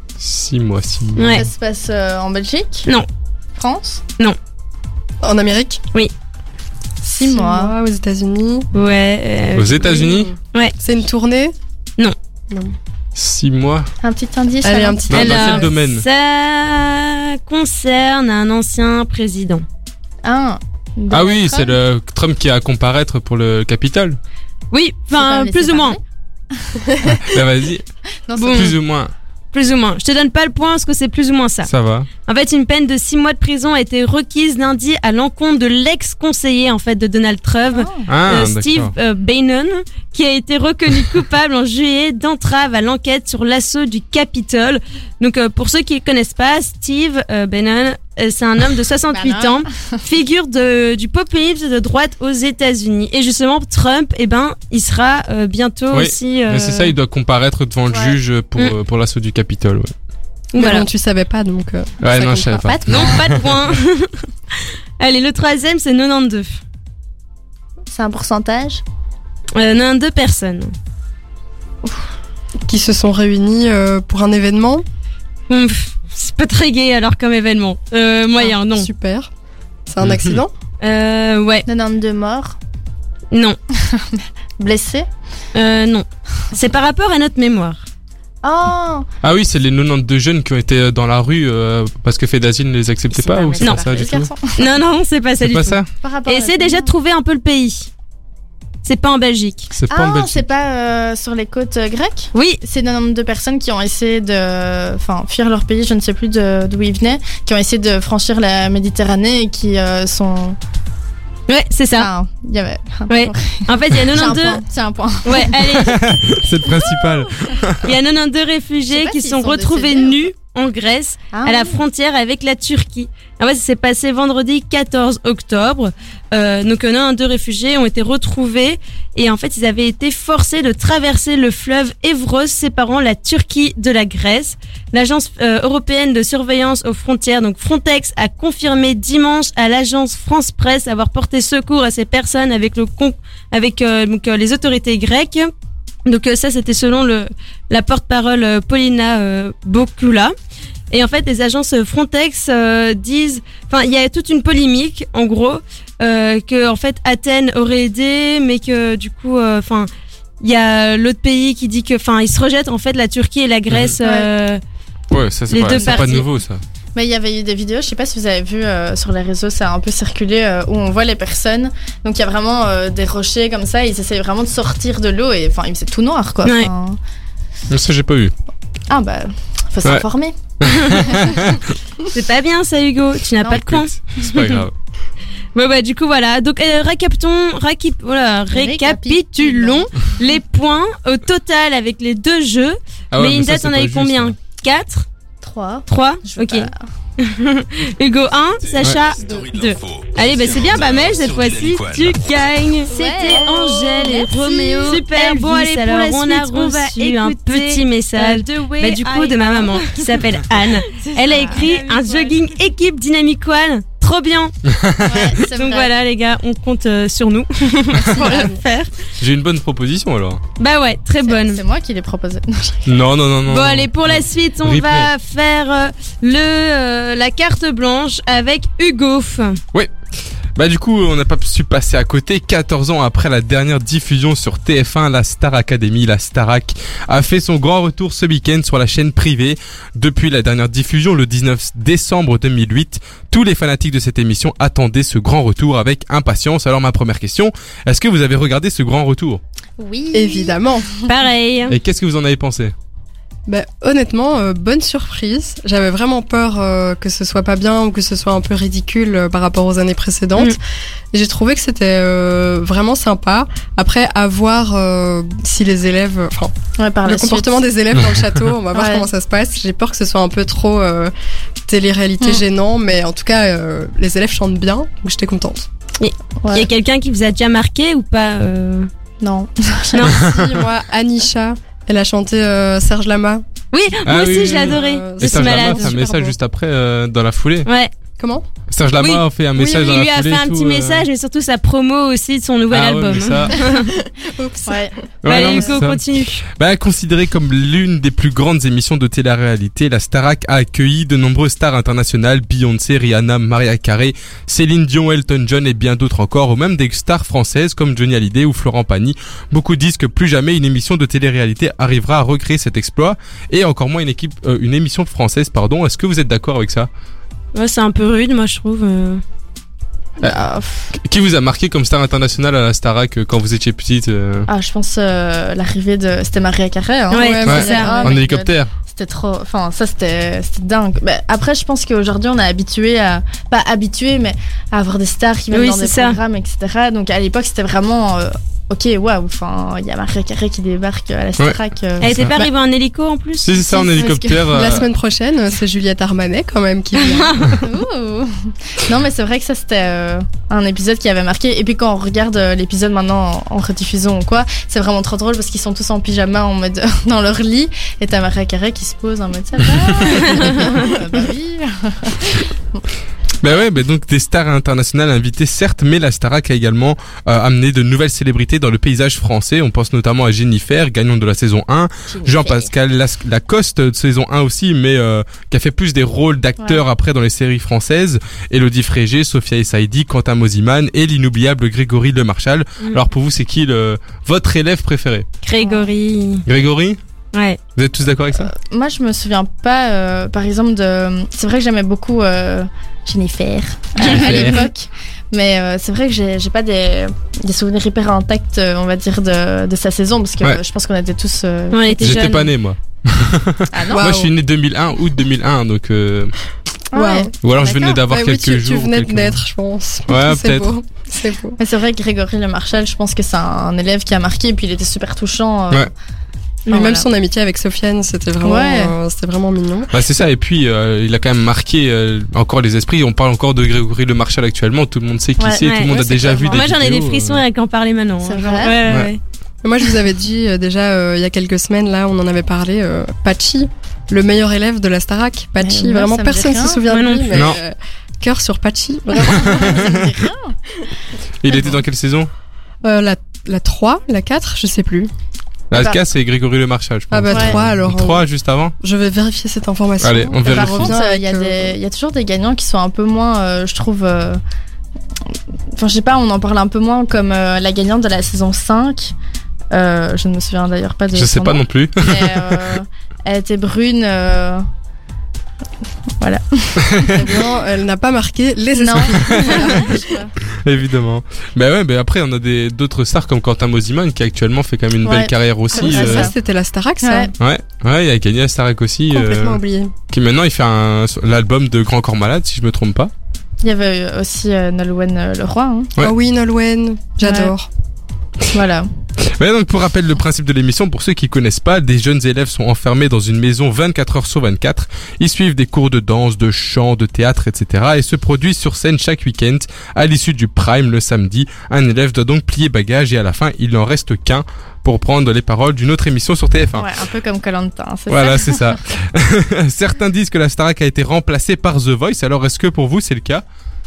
6 mois, 6 mois. Ouais. Ça se passe en Belgique? Non. France? En Amérique 6 mois. aux États-Unis. Ouais. Aux États-Unis, C'est une tournée? Non. 6 mois. Un petit indice. Allez, alors. un petit Dans Alors, quel domaine? ça concerne un ancien président. Ah Oui, c'est le Trump qui a à comparaître pour le Capitole. Oui, enfin, plus ou moins. Bah vas-y, Non, Bon. plus ou moins, Plus ou moins. Je te donne pas le point parce que c'est plus ou moins ça. ça va. En fait, une peine de 6 mois de prison a été requise lundi à l'encontre de l'ex-conseiller en fait de Donald Trump, Steve Bannon, qui a été reconnu coupable en juillet d'entrave à l'enquête sur l'assaut du Capitole. Donc, pour ceux qui ne connaissent pas, Steve Bannon, c'est un homme de 68 ans, figure du populisme de droite aux États-Unis. Et justement, Trump, il sera bientôt aussi. Mais c'est ça, il doit comparaître devant le juge pour l'assaut du Capitole. Ouais. Mais Voilà. bon, tu savais pas, donc. Ouais, ça non, compte je savais pas. Non, pas de point. Allez, le troisième, c'est 92. C'est un pourcentage. 92 personnes. Qui se sont réunis pour un événement. C'est pas très gai alors comme événement. Moyen, non. Super. C'est un accident? Ouais, 92 morts. non. Blessés. Non. C'est par rapport à notre mémoire. Oh Ah oui, c'est les 92 jeunes qui ont été dans la rue parce que Fedazine ne les acceptait pas ou c'est Non. pas ça du tout? Non, c'est pas ça C'est du pas tout. ça? Par rapport Et à essaie notre déjà de mémoire. trouver un peu le pays. C'est pas en Belgique. C'est pas en Ah, Belgique. c'est pas sur les côtes grecques. Oui, C'est 92 personnes qui ont essayé de fuir leur pays, je ne sais plus d'où ils venaient, qui ont essayé de franchir la Méditerranée et qui sont... ouais, c'est ça. Enfin, il y avait... Ouais. En fait, il y a 92. C'est un point. Ouais, allez. C'est le principal. Il y a 92 Je sais réfugiés pas qui s'ils sont sont retrouvés décédés, nus en Grèce, à la frontière avec la Turquie. En fait, ça s'est passé vendredi 14 octobre. Donc, 92 réfugiés ont été retrouvés et en fait, ils avaient été forcés de traverser le fleuve Evros séparant la Turquie de la Grèce. L'agence européenne de surveillance aux frontières, donc Frontex, a confirmé dimanche à l'agence France Presse avoir porté secours à ces personnes avec les autorités grecques. Donc ça, c'était selon la porte-parole Paulina Bokula. Et en fait, les agences Frontex disent, enfin, il y a toute une polémique, en gros, que en fait Athènes aurait aidé, mais que du coup, enfin, il y a l'autre pays qui dit que, enfin, ils se rejettent en fait la Turquie et la Grèce. Ouais, ça Les deux c'est pas parties. nouveau ça. Mais il y avait eu des vidéos, je sais pas si vous avez vu sur les réseaux, ça a un peu circulé, où on voit les personnes. Donc il y a vraiment des rochers comme ça, ils essayent vraiment de sortir de l'eau et enfin, c'est tout noir quoi. Ouais. Enfin, Mais ça j'ai pas vu. ah bah, faut s'informer. C'est pas bien ça, Hugo. Tu n'as Non, pas de points. Écoute, c'est pas grave. Ouais, du coup, voilà. Donc, récapitulons les points au total avec les deux jeux. Ah ouais, mais ça, Inda, c'est t'en pas as eu juste, combien? hein. 4? 3. 3? Ok. Hugo 1, Sacha 2. Allez, bah c'est bien, bah Mel, cette fois-ci, tu gagnes. C'était Angèle et Roméo. Super, bon, allez, pour la suite, on va écouter un petit message du coup de ma maman qui s'appelle Anne. Elle a écrit un jogging équipe Dynamic One. Trop bien. Donc voilà les gars, on compte sur nous pour le faire. J'ai une bonne proposition alors. Bah ouais, très bonne. C'est moi qui l'ai proposé. Non. Bon allez, pour la suite, on Replay. va faire la carte blanche avec Hugo. Bah du coup, on n'a pas su passer à côté. 14 ans après la dernière diffusion sur TF1, la Star Academy, la Starac, a fait son grand retour ce week-end sur la chaîne privée. Depuis la dernière diffusion, le 19 décembre 2008, tous les fanatiques de cette émission attendaient ce grand retour avec impatience. Alors ma première question, est-ce que vous avez regardé ce grand retour? Oui. Évidemment. Pareil. Et qu'est-ce que vous en avez pensé? Bah, honnêtement, bonne surprise. J'avais vraiment peur que ce soit pas bien ou que ce soit un peu ridicule par rapport aux années précédentes. Et j'ai trouvé que c'était vraiment sympa. Après, à voir si les élèves... Enfin, Ouais, par le la comportement suite. des élèves dans le château, on va voir Ouais. comment ça se passe. J'ai peur que ce soit un peu trop télé-réalité gênant, mais en tout cas, les élèves chantent bien, donc j'étais contente. Il y a quelqu'un qui vous a déjà marqué ou pas Non. Si, moi, Anisha, elle a chanté Serge Lama. Oui, moi Ah aussi oui, je l'ai oui. adoré. Euh, Je Et suis ça, malade. fait un super message beau. juste après dans la foulée. Ouais. Comment? Serge Lama a fait un message dans il la lui a foulée fait et un tout, petit message, mais surtout sa promo aussi de son nouvel Ah ouais, album. mais ça... Oups. Ouais. Ouais, non, Allez, mais Hugo, c'est ça. continue. Considérée comme l'une des plus grandes émissions de télé-réalité, la Starac a accueilli de nombreuses stars internationales, Beyoncé, Rihanna, Mariah Carey, Céline Dion, Elton John et bien d'autres encore, ou même des stars françaises comme Johnny Hallyday ou Florent Pagny. Beaucoup disent que plus jamais une émission de télé-réalité arrivera à recréer cet exploit, et encore moins une émission française, pardon. Est-ce que vous êtes d'accord avec ça? Ouais, c'est un peu rude, moi, je trouve. Qui vous a marqué comme star internationale à la Starac quand vous étiez petite Ah, je pense l'arrivée de... C'était Mariah Carey, hein. Ouais, Ouais, c'est ça. en hélicoptère? C'était trop... Enfin, ça, c'était dingue. Bah, après, je pense qu'aujourd'hui, on est habitué à... Pas habitué, mais à avoir des stars qui viennent Oui, dans des c'est ça. programmes, etc. Donc, à l'époque, c'était vraiment... Ok, waouh, enfin, il y a Mariah Carey qui débarque à la Starac. Elle était pas arrivée en hélico en plus? Si, c'est ça, en Si, hélicoptère. La semaine prochaine, c'est Juliette Armanet quand même qui vient. Ouh. Non, mais c'est vrai que ça, c'était un épisode qui avait marqué. Et puis, quand on regarde l'épisode maintenant en rediffusion ou quoi, c'est vraiment trop drôle parce qu'ils sont tous en pyjama en mode dans leur lit. Et t'as Mariah Carey qui se pose en mode ça va. Bah oui. Donc des stars internationales invitées certes, mais la Starac a également amené de nouvelles célébrités dans le paysage français. On pense notamment à Jennifer, gagnante de la saison 1, Jean-Pascal Lacoste de saison 1 aussi, mais qui a fait plus des rôles d'acteurs après dans les séries françaises, Élodie Frégé, Sophia Essaidi, Quentin Mosiman et l'inoubliable Grégory Lemarchal. Alors pour vous, c'est qui votre élève préféré? Grégory. Grégory? Ouais. Vous êtes tous d'accord avec ça? Moi, je me souviens pas, par exemple, de. C'est vrai que j'aimais beaucoup Jennifer à l'époque. Mais c'est vrai que j'ai pas des souvenirs hyper intacts, on va dire, de sa saison. Parce que je pense qu'on était tous. On était J'étais jeunes. pas né, moi. Ah non? Moi, je suis né 2001, août 2001, donc... Ah ouais. Ou alors je venais d'avoir Ouais, quelques oui, jours. tu venais de quelques naître, mois. je pense. Ouais, C'est peut-être. beau. C'est beau. Mais c'est vrai que Grégory Lemarchal, je pense que c'est un élève qui a marqué. Et puis il était super touchant. Ouais. Mais Enfin, même voilà. son amitié avec Sofiane, c'était vraiment mignon. Bah, c'est ça, et puis il a quand même marqué encore les esprits. On parle encore de Grégory Lemarchal actuellement, tout le monde sait qui Ouais, c'est, tout le monde a c'est déjà vu clairement. des Moi, j'en ai des vidéos, frissons avec en parler maintenant. C'est hein. vrai Ouais. Mais moi, je vous avais dit déjà il y a quelques semaines, là, on en avait parlé, Pachi, le meilleur élève de la Starac. Pachi, Mais moi, vraiment, ça me dit personne ne rien. se souvient Moi de non lui, plus. mais Non. cœur sur Pachi, vraiment. Ça me dit rien. Il était dans quelle saison? La 3, la 4, je sais plus. La Bah. SK, c'est Grégory Lemarchal, je pense. Ah bah Ouais. 3 alors. 3 juste avant? Je vais vérifier cette information. Allez, on Et vérifie. Par revient contre, avec, il y a toujours des gagnants qui sont un peu moins, je trouve. Enfin, je sais pas, on en parle un peu moins comme la gagnante de la saison 5. Je ne me souviens d'ailleurs pas de Je sais son pas nom. non plus. Mais elle était brune. Voilà. Non, elle n'a pas marqué les Non. esprits. Évidemment. Mais après, on a d'autres stars comme Quentin Mosiman qui actuellement fait quand même une Ouais. belle carrière aussi. Ouais, Ça, c'était la Starac, ça. Ouais. Ouais, il a gagné la Starac aussi. Complètement oublié. Qui maintenant, il fait l'album de Grand Corps Malade, si je me trompe pas. Il y avait aussi Nolwenn Leroy. Hein. Ouais. Oh oui, Nolwenn, j'adore. Voilà. Mais donc pour rappel le principe de l'émission, pour ceux qui connaissent pas, des jeunes élèves sont enfermés dans une maison 24 heures sur 24. Ils suivent des cours de danse, de chant, de théâtre, etc. et se produisent sur scène chaque week-end. À l'issue du prime le samedi, un élève doit donc plier bagage et à la fin, il n'en reste qu'un pour prendre les paroles d'une autre émission sur TF1. Ouais, un peu comme Koh-Lanta, c'est Voilà, ça. c'est ça. Certains disent que la Starac a été remplacée par The Voice. Alors est-ce que pour vous c'est le cas?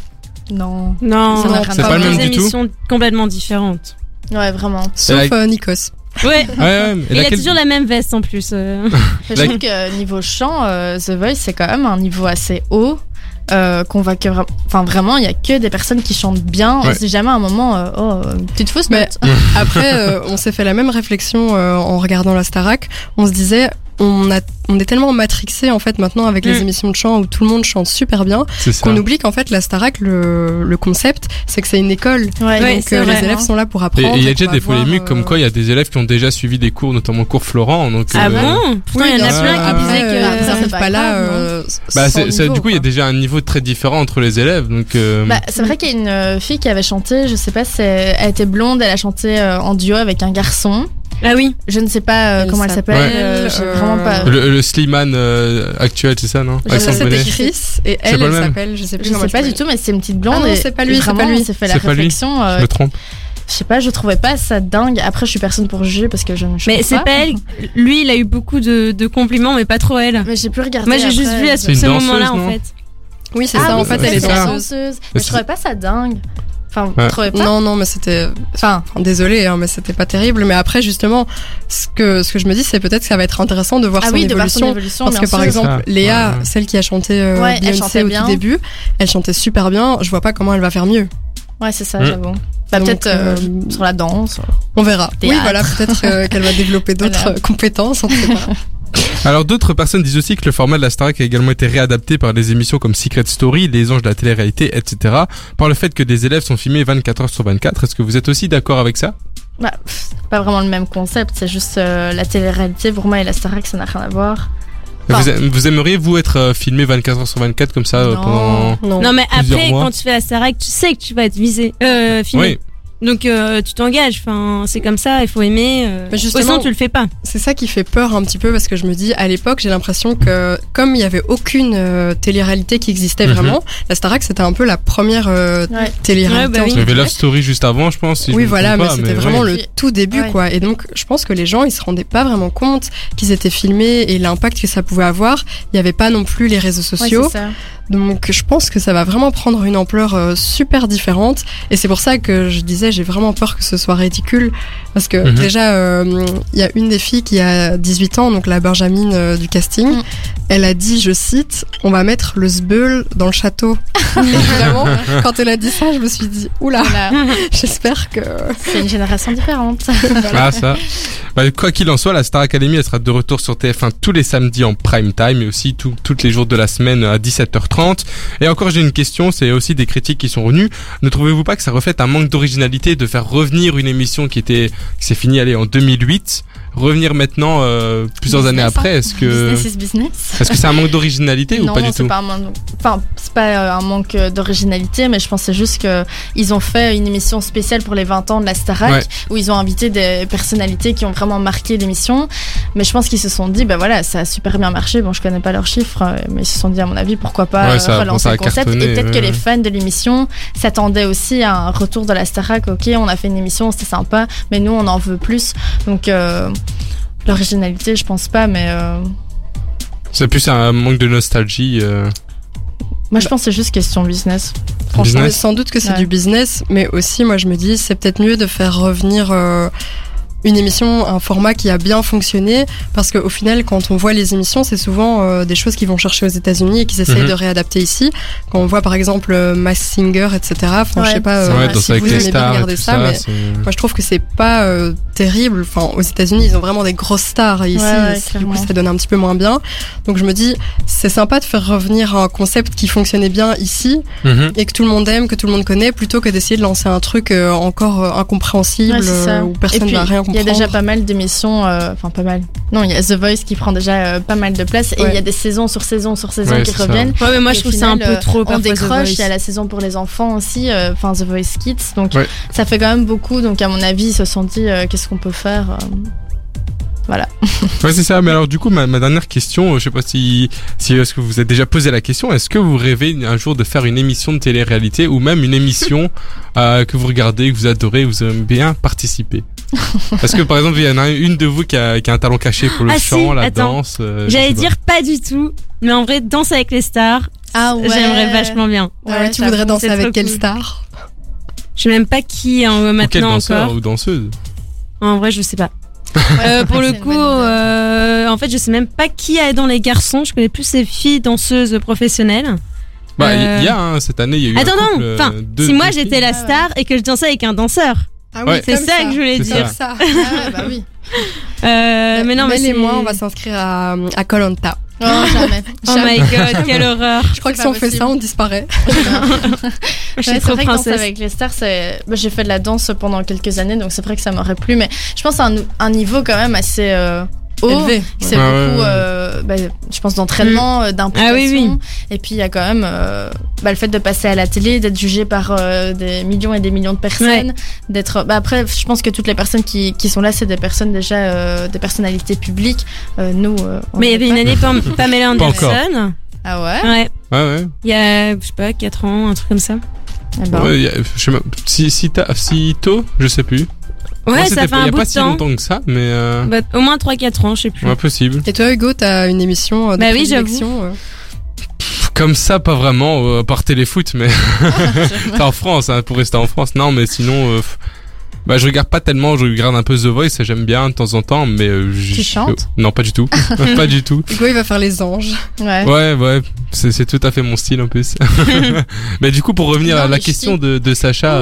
Non. Non, Ça n'a rien C'est à pas le voir. même des du tout. émissions complètement différentes. Ouais, vraiment. Sauf Nikos. Ouais. Ouais, Et il a toujours la même veste en plus. Je trouve que niveau chant, The Voice, c'est quand même un niveau assez haut. Qu'on voit que vraiment, il y a que des personnes qui chantent bien. Ouais. On se dit jamais à un moment, petite fausse Mais note. après, on s'est fait la même réflexion en regardant la Starac. On se disait, on est tellement matrixé en fait maintenant avec les émissions de chant où tout le monde chante super bien C'est ça. qu'on oublie qu'en fait la Starac, le concept, c'est que c'est une école. Ouais, Donc c'est les vrai, élèves hein. sont là pour Et apprendre. il y a et déjà pour des avoir, polémiques comme quoi il y a des élèves qui ont déjà suivi des cours, notamment cours Florent. Donc, Ah bon? Pourtant, il y en a bien sûr. plein qui Après, disaient que. ça, ça c'est arrive pas pas là. grave, bah, sans du niveau, coup, il y a quoi. déjà un niveau très différent entre les élèves. Donc, Bah, c'est vrai qu'il y a une fille qui avait chanté, je sais pas, elle était blonde, elle a chanté en duo avec un garçon. Ah oui. Je ne sais pas Elle comment elle s'appelle, s'appelle, j'ai vraiment pas. le Slimane actuel, c'est ça, non? Je Alexandre sais, Bonnet. C'était Chris et C'est elle, pas le elle même. s'appelle, je sais plus Je comment sais pas elle du s'appelle. tout, mais c'est une petite blonde. Ah non, et c'est pas lui, c'est vraiment, pas lui. on s'est fait la C'est pas lui. réflexion. Je me trompe. Je sais pas, je trouvais pas ça dingue. Après, je suis personne pour juger parce que je ne chante Mais c'est pas elle. Lui, il a eu beaucoup de compliments, mais pas trop elle. Mais j'ai plus regardé. Moi, j'ai juste vu à C'est ce une danseuse, moment-là, non en fait. Oui, c'est Ah ça. oui, En fait, c'est elle est ça, danseuse. Mais je trouvais pas ça dingue. Enfin, Ouais. vous trouvez pas? Non, mais c'était. Enfin, désolé, mais c'était pas terrible. Mais après, justement, ce que je me dis, c'est peut-être que ça va être intéressant de voir Ah son oui, de voir son évolution. évolution, Parce bien que par sûr. exemple, Ça. Léa, Ouais. celle qui a chanté Ouais, elle Beyoncé chantait au bien. tout début, elle chantait super bien. Je vois pas comment elle va faire mieux. Ouais, c'est ça, Mm. j'avoue. Bah, Donc, peut-être sur la danse. On verra. Théâtre. Oui, voilà, peut-être qu'elle va développer d'autres Voilà. compétences. On ne sait pas. Alors d'autres personnes disent aussi que le format de la Starac a également été réadapté par des émissions comme Secret Story, Les Anges de la télé-réalité, etc. Par le fait que des élèves sont filmés 24 heures sur 24. Est-ce que vous êtes aussi d'accord avec ça? Bah, c'est pas vraiment le même concept, c'est juste la télé-réalité. Pour moi et la Starac, ça n'a rien à voir. Enfin, Vous aimeriez, vous, être filmé 24 heures sur 24 comme ça Non. pendant... Non. Non, mais Plusieurs après, mois. quand tu fais la Starac, tu sais que tu vas être filmé. Oui. Donc tu t'engages, enfin c'est comme ça, il faut aimer. Mais justement- Sinon tu le fais pas. C'est ça qui fait peur un petit peu parce que je me dis, à l'époque, j'ai l'impression que comme il y avait aucune télé-réalité qui existait Mhm. vraiment, la Starac c'était un peu la première Ouais. télé-réalité. Ouais, bah oui. Il y avait Love Story juste avant, je pense. Si je Oui, me voilà, trompe mais pas, c'était vraiment ouais. le tout début, Ouais. quoi. Et donc, je pense que les gens, ils se rendaient pas vraiment compte qu'ils étaient filmés et l'impact que ça pouvait avoir. Il y avait pas non plus les réseaux Ouais, sociaux. c'est ça. Donc, je pense que ça va vraiment prendre une ampleur super différente. Et c'est pour ça que je disais, j'ai vraiment peur que ce soit ridicule. Parce que Mhm. déjà, il y a une des filles qui a 18 ans, donc la Benjamine du casting. Mm. Elle a dit, je cite, on va mettre le sbeul dans le château. Et vraiment, quand elle a dit ça, je me suis dit, oula, Voilà. j'espère que... C'est une génération différente. Ah, ça. Bah, quoi qu'il en soit, la Star Academy, elle sera de retour sur TF1 tous les samedis en prime time et aussi toutes les jours de la semaine à 17h30. Et encore, j'ai une question, c'est aussi des critiques qui sont venues. Ne trouvez-vous pas que ça reflète un manque d'originalité de faire revenir une émission qui s'est finie, en 2008, revenir maintenant, plusieurs années Business, après? hein. Est-ce que Business is business. c'est un manque d'originalité ou Non, pas du c'est tout? pas un manque. Enfin, c'est pas un manque d'originalité, mais je pense que c'est juste que ils ont fait une émission spéciale pour les 20 ans de la Starac, Ouais. où ils ont invité des personnalités qui ont vraiment marqué l'émission. Mais je pense qu'ils se sont dit, bah voilà, ça a super bien marché. Bon, je connais pas leurs chiffres, mais ils se sont dit, à mon avis, pourquoi pas Ouais, ça a relancer commencé le à concept. cartonner, Et peut-être ouais, que les ouais. fans de l'émission s'attendaient aussi à un retour de la Starac. Ok, on a fait une émission, c'était sympa, mais nous, on en veut plus. Donc, l'originalité, je pense pas, mais C'est plus un manque de nostalgie. moi, je pense que c'est juste question business. Franchement, Business. Mais sans doute que c'est Ouais. du business, mais aussi, moi, je me dis, c'est peut-être mieux de faire revenir une émission, un format qui a bien fonctionné, parce qu'au final, quand on voit les émissions, c'est souvent des choses qu'ils vont chercher aux États-Unis et qu'ils essayent Mhm. de réadapter ici. Quand on voit par exemple Masked Singer, etc. Enfin, Ouais. je sais pas Ouais, Ouais, dans si ça avec vous les aimez bien stars et regarder tout ça, ça. mais c'est- moi je trouve que c'est pas terrible. Enfin, aux États-Unis, ils ont vraiment des grosses stars et ici, Ouais, du coup, clairement. ça donne un petit peu moins bien. Donc je me dis, c'est sympa de faire revenir un concept qui fonctionnait bien ici Mhm. et que tout le monde aime, que tout le monde connaît, plutôt que d'essayer de lancer un truc encore incompréhensible Ouais, c'est ça. où personne Et puis, va rien il y a comprendre. déjà pas mal d'émissions, enfin pas mal. Non, il y a The Voice qui prend déjà pas mal de place et Ouais. il y a des saisons sur saison sur saison Ouais, qui c'est ça. reviennent. Ouais, mais moi Et je au trouve ça un final, peu trop. On parfois, The décroche, Voice. il y a la saison pour les enfants aussi, enfin The Voice Kids. Donc Ouais. ça fait quand même beaucoup. Donc à mon avis, ils se sont dit qu'est-ce qu'on peut faire. Voilà. Ouais, c'est ça. Mais alors, du coup, ma dernière question, je sais pas si est-ce que vous vous êtes déjà posé la question, est-ce que vous rêvez un jour de faire une émission de télé-réalité ou même une émission que vous regardez, que vous adorez, vous aimez bien participer? Parce que par exemple, il y en a une de vous qui a un talent caché pour le Ah, chant, si, la attends. danse. je sais J'allais pas. dire pas du tout, mais en vrai, Danse avec les stars, Ah ouais. j'aimerais vachement bien. Ouais, tu j'avoue, voudrais danser c'est avec trop quelle cool. star? Je sais même pas qui Ou quel maintenant danseur encore. ou danseuse? En vrai, je sais pas. Ouais, Pour c'est le une coup, bonne idée. en fait, je sais même pas qui est dans les garçons. Je connais plus ces filles danseuses professionnelles. Bah, il y a, hein, cette année, il y a eu Attends, un non. couple, Enfin, deux- si moi deux j'étais filles. la Ah ouais. star et que je dansais avec un danseur, Ah Ouais. c'est comme ça que je voulais C'est dire. ça. ça. Ah ouais, bah oui. Mais non, mais Mel et c'est- moi, on va s'inscrire à Koh-Lanta. Oh, jamais. Oh my god, quelle horreur. Je crois que C'est si on pas fait ça, possible. on disparaît. Je suis Ouais, trop c'est vrai que danser princesse. avec les stars, bah, j'ai fait de la danse pendant quelques années, donc c'est vrai que ça m'aurait plu, mais je pense à un niveau quand même assez haut. Élevé. C'est Ouais, beaucoup, ouais, bah, je pense, d'entraînement, d'implication. Ah oui, oui. Et puis il y a quand même bah, le fait de passer à la télé, d'être jugé par des millions et des millions de personnes, d'être. Bah, après, je pense que toutes les personnes qui sont là, c'est des personnes déjà, des personnalités publiques. Nous, on Mais il y avait l'est une pas. année Pamela Pas encore. Anderson. Ah ouais. Ouais. Ouais, ouais. Il y a, je sais pas, 4 ans, un truc comme ça. Eh ben, Ouais, je sais pas, si tôt, je sais plus. Ouais, Moi, ça c'était fait pas- il un y a bout pas de si temps. longtemps que ça, mais Bah, au moins 3-4 ans, je sais plus. impossible. Et toi, Hugo, t'as une émission de Bah oui, prédilection Comme ça, pas vraiment, à part téléfoot, mais c'est en France, hein, pour rester en France. Non, mais sinon, je regarde pas tellement, je regarde un peu The Voice, ça j'aime bien de temps en temps, mais Tu chantes non, pas du tout, pas du tout. Hugo, il va faire les anges. Ouais, c'est tout à fait mon style en plus. Mais du coup, pour revenir à la question de Sacha,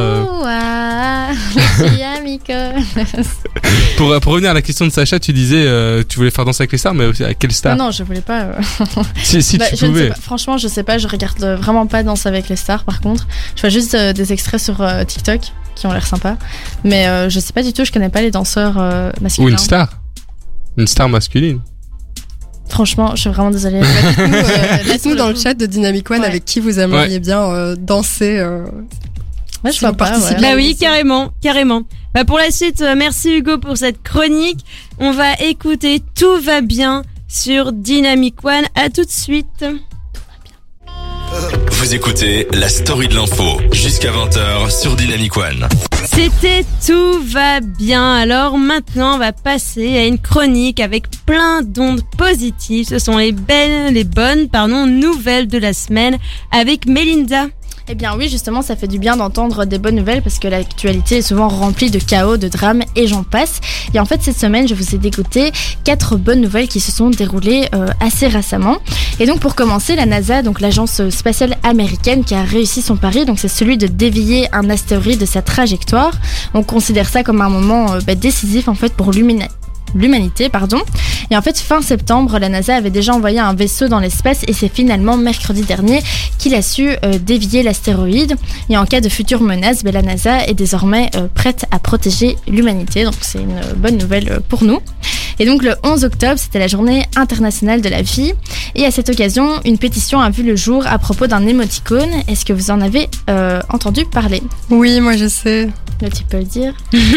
pour revenir à la question de Sacha, tu disais, tu voulais faire Danser avec les stars, mais aussi à quelle star? Non, je voulais pas. Si tu je ne pouvais. sais pas. Franchement, je sais pas, je regarde vraiment pas Danse avec les stars par contre. Je vois juste des extraits sur TikTok qui ont l'air sympas. Mais je sais pas du tout, je connais pas les danseurs masculins. Ou une star? Une star masculine? Franchement, je suis vraiment désolée. Dites-nous dans le chat de Dynamic One avec qui vous aimeriez bien danser. Ouais, je vois pas. Ouais. Bah oui, carrément. Bah pour la suite, merci Hugo pour cette chronique. On va écouter Tout va bien sur Dynamic One. À tout de suite. Vous écoutez la story de l'info jusqu'à 20h sur Dynamic One. C'était Tout va bien. Alors maintenant, on va passer à une chronique avec plein d'ondes positives. Ce sont les bonnes nouvelles de la semaine avec Mélinda. Eh bien oui, justement, ça fait du bien d'entendre des bonnes nouvelles parce que l'actualité est souvent remplie de chaos, de drames et j'en passe. Et en fait, cette semaine, je vous ai dégoté 4 bonnes nouvelles qui se sont déroulées assez récemment. Et donc, pour commencer, la NASA, donc l'agence spatiale américaine qui a réussi son pari, donc c'est celui de dévier un astéroïde de sa trajectoire. On considère ça comme un moment décisif en fait pour l'humanité. Et en fait, fin septembre, la NASA avait déjà envoyé un vaisseau dans l'espace et c'est finalement mercredi dernier qu'il a su dévier l'astéroïde. Et en cas de future menace, la NASA est désormais prête à protéger l'humanité. Donc c'est une bonne nouvelle pour nous. Et donc le 11 octobre, c'était la journée internationale de la vie. Et à cette occasion, une pétition a vu le jour à propos d'un émoticône. Est-ce que vous en avez entendu parler? Oui, moi je sais. Là, tu peux le dire.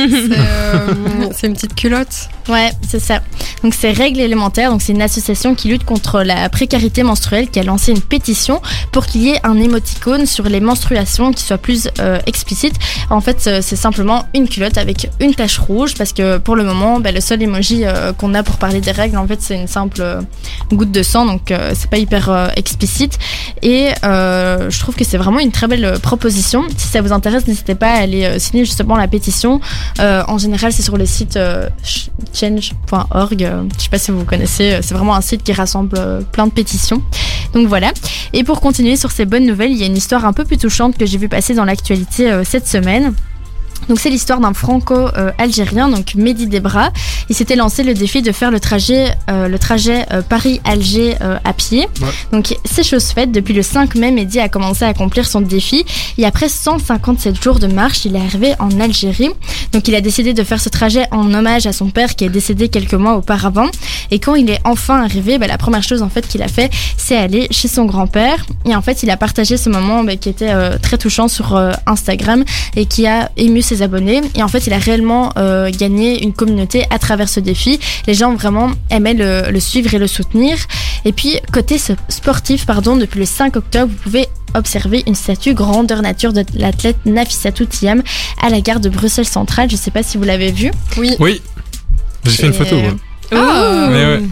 C'est une petite culotte. Ouais, c'est ça. Donc c'est Règles élémentaires, donc c'est une association qui lutte contre la précarité menstruelle qui a lancé une pétition pour qu'il y ait un émoticône sur les menstruations qui soit plus explicite. En fait, c'est simplement une culotte avec une tache rouge parce que pour le moment, le seul emoji qu'on a pour parler des règles, en fait, c'est une simple goutte de sang, donc c'est pas hyper explicite. Et je trouve que c'est vraiment une très belle proposition. Si ça vous intéresse, n'hésitez pas à aller signer justement la pétition. En général, c'est sur le site change.org. Je sais pas si vous connaissez, c'est vraiment un site qui rassemble plein de pétitions. Donc voilà. Et pour continuer sur ces bonnes nouvelles, il y a une histoire un peu plus touchante que j'ai vu passer dans l'actualité cette semaine. Donc c'est l'histoire d'un franco-algérien, donc Mehdi Debra. Il s'était lancé le défi de faire le trajet Paris-Alger à pied. Ouais. Donc c'est chose faite. Depuis le 5 mai, Mehdi a commencé à accomplir son défi. Et après 157 jours de marche, il est arrivé en Algérie. Donc il a décidé de faire ce trajet en hommage à son père qui est décédé quelques mois auparavant. Et quand il est enfin arrivé, la première chose en fait qu'il a fait, c'est aller chez son grand-père. Et en fait, il a partagé ce moment qui était très touchant sur Instagram et qui a ému ses abonnés. Et en fait, il a réellement gagné une communauté à travers ce défi. Les gens vraiment aimaient le suivre et le soutenir. Et puis, côté sportif, depuis le 5 octobre, vous pouvez observer une statue grandeur nature de l'athlète Nafissatou Thiam à la gare de Bruxelles Centrale. Je sais pas si vous l'avez vu. Oui. J'ai fait une photo. Ouais. Oh. Mais ouais.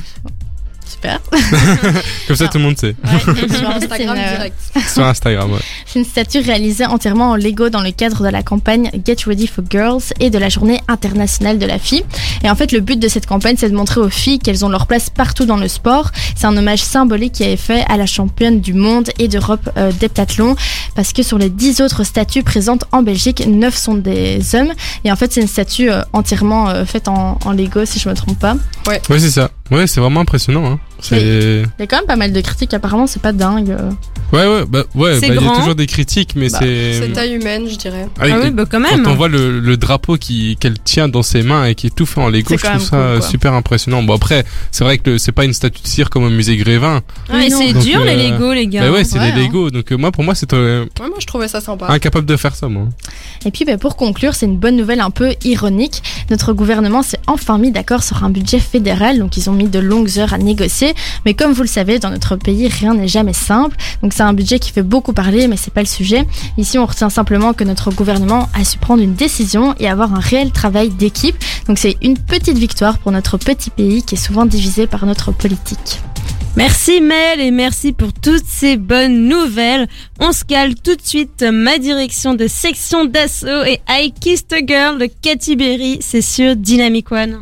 Super. Comme ça, tout le monde sait. Ouais, sur Instagram direct. Sur Instagram, ouais. C'est une statue réalisée entièrement en Lego dans le cadre de la campagne Get Ready for Girls et de la Journée internationale de la fille. Et en fait, le but de cette campagne, c'est de montrer aux filles qu'elles ont leur place partout dans le sport. C'est un hommage symbolique qui est fait à la championne du monde et d'Europe d'heptathlon, parce que sur les 10 autres statues présentes en Belgique, 9 sont des hommes. Et en fait, c'est une statue entièrement faite en Lego, si je me trompe pas. Ouais, c'est ça. Ouais, c'est vraiment impressionnant, hein. Il y a quand même pas mal de critiques, apparemment, c'est pas dingue. Ouais, il y a toujours des critiques, mais c'est taille humaine, je dirais. Quand même. Quand on voit le drapeau qu'elle tient dans ses mains et qui est tout fait en Lego, je trouve ça cool, super impressionnant. Bon, après, c'est vrai que c'est pas une statue de cire comme au musée Grévin. Ouais, c'est dur les Lego, les gars. Bah ouais, c'est les Lego. Donc pour moi, c'est moi, je trouvais ça sympa. Incapable de faire ça, moi. Et puis, pour conclure, c'est une bonne nouvelle un peu ironique. Notre gouvernement s'est enfin mis d'accord sur un budget fédéral, donc ils ont mis de longues heures à négocier. Mais comme vous le savez, dans notre pays, rien n'est jamais simple. Donc c'est un budget qui fait beaucoup parler, mais c'est pas le sujet. Ici, on retient simplement que notre gouvernement a su prendre une décision et avoir un réel travail d'équipe. Donc c'est une petite victoire pour notre petit pays qui est souvent divisé par notre politique. Merci Mel et merci pour toutes ces bonnes nouvelles. On se cale tout de suite ma direction de section d'assaut et I Kissed a Girl de Katy Perry, c'est sur Dynamic One.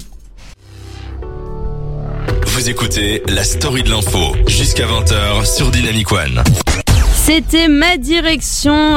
Vous écoutez la story de l'info jusqu'à 20h sur Dynamic One. C'était ma direction,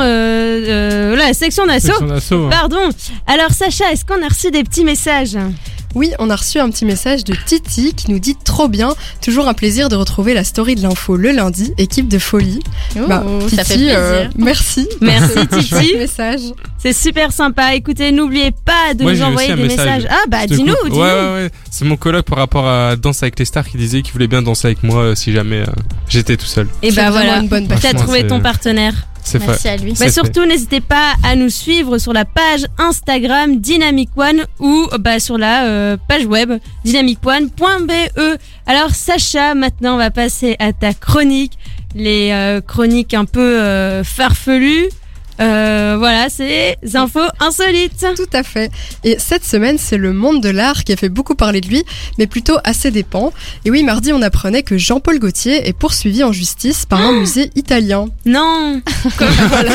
la section d'assaut. Pardon. Alors Sacha, est-ce qu'on a reçu des petits messages ? Oui, on a reçu un petit message de Titi qui nous dit « Trop bien, toujours un plaisir de retrouver la story de l'info le lundi, équipe de folie ». Titi, ça fait plaisir. Merci. Merci Titi. Message. C'est super sympa. Écoutez, n'oubliez pas de nous envoyer des messages. Ah bah dis-nous. Ouais. C'est mon coloc par rapport à Danse avec les stars qui disait qu'il voulait bien danser avec moi si jamais j'étais tout seul. Et bah voilà, une bonne t'as trouvé ton partenaire. Merci à lui. Bah surtout, n'hésitez pas à nous suivre sur la page Instagram Dynamic One ou sur la page web dynamicone.be. Alors Sacha, maintenant on va passer à ta chronique, les chroniques un peu farfelues. Voilà, c'est des infos insolites. Tout à fait. Et cette semaine, c'est le monde de l'art qui a fait beaucoup parler de lui, mais plutôt à ses dépens. Et oui, mardi, on apprenait que Jean-Paul Gaultier est poursuivi en justice par un musée italien. Non. Voilà.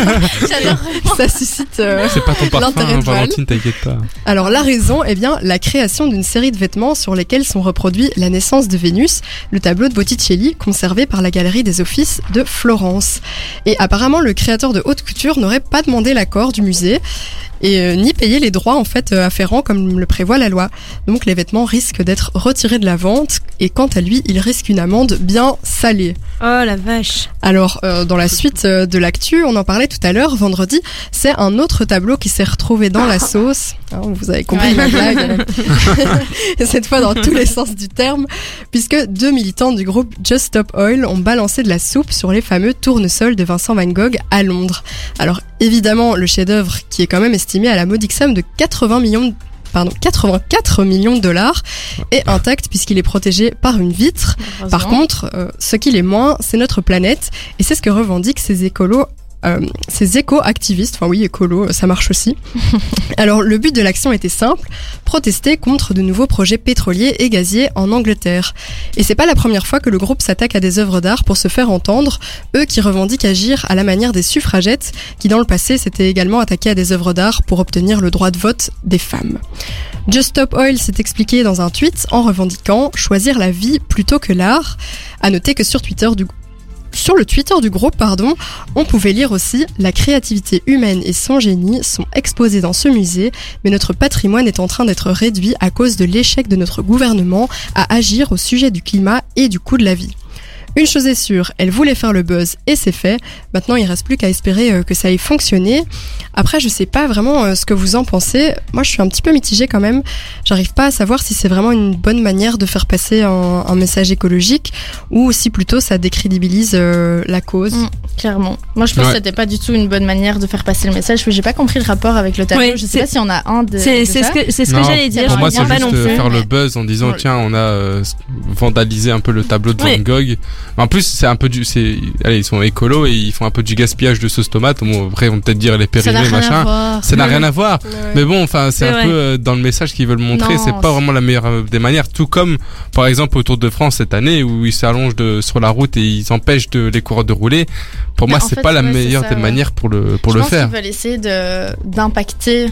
Ça suscite c'est pas ton parfum, Valentine, t'inquiète pas. Alors la raison, bien la création d'une série de vêtements sur lesquels sont reproduits La naissance de Vénus, le tableau de Botticelli conservé par la Galerie des Offices de Florence. Et apparemment, le créateur de haute couture n'aurait pas demandé l'accord du musée et ni payer les droits en fait afférents comme le prévoit la loi. Donc les vêtements risquent d'être retirés de la vente et quant à lui, il risque une amende bien salée. Oh la vache. Alors dans la suite de l'actu, on en parlait tout à l'heure, vendredi, c'est un autre tableau qui s'est retrouvé dans la sauce. Vous avez compris ma blague. Et cette fois dans tous les sens du terme, puisque 2 militants du groupe Just Stop Oil ont balancé de la soupe sur les fameux tournesols de Vincent Van Gogh à Londres. Alors évidemment, le chef-d'œuvre qui est quand même estimé à la modique somme de 84 millions de dollars est intact puisqu'il est protégé par une vitre. Par contre, ce qu'il est moins, c'est notre planète et c'est ce que revendiquent ces éco-activistes, enfin oui, écolo, ça marche aussi. Alors le but de l'action était simple, protester contre de nouveaux projets pétroliers et gaziers en Angleterre. Et c'est pas la première fois que le groupe s'attaque à des œuvres d'art pour se faire entendre, eux qui revendiquent agir à la manière des suffragettes, qui dans le passé s'étaient également attaqués à des œuvres d'art pour obtenir le droit de vote des femmes. Just Stop Oil s'est expliqué dans un tweet en revendiquant « choisir la vie plutôt que l'art ». À noter que sur le Twitter du groupe, on pouvait lire aussi « La créativité humaine et son génie sont exposés dans ce musée, mais notre patrimoine est en train d'être réduit à cause de l'échec de notre gouvernement à agir au sujet du climat et du coût de la vie ». Une chose est sûre, elle voulait faire le buzz et c'est fait. Maintenant, il reste plus qu'à espérer que ça ait fonctionné. Après, je sais pas vraiment ce que vous en pensez. Moi, je suis un petit peu mitigée quand même. J'arrive pas à savoir si c'est vraiment une bonne manière de faire passer un message écologique ou si plutôt ça décrédibilise la cause. Clairement. Moi, je pense que c'était pas du tout une bonne manière de faire passer le message. J'ai pas compris le rapport avec le tableau. Oui, je sais pas si on a un de. C'est ce que j'allais dire. Pour moi, c'est pas juste faire le buzz en disant tiens, on a vandalisé un peu le tableau de Van Gogh. En plus, c'est un peu allez, ils sont écolos et ils font un peu du gaspillage de sauce tomate. Bon, après, ils vont peut-être dire les périmés, machin. Ça n'a rien à voir. Ouais. Mais bon, enfin, c'est un peu dans le message qu'ils veulent montrer. Non, c'est pas vraiment la meilleure des manières. Tout comme, par exemple, au Tour de France cette année où ils s'allongent sur la route et ils empêchent les coureurs de rouler. Pour moi, c'est pas la meilleure des manières pour le faire. Je pense qu'ils veulent essayer d'impacter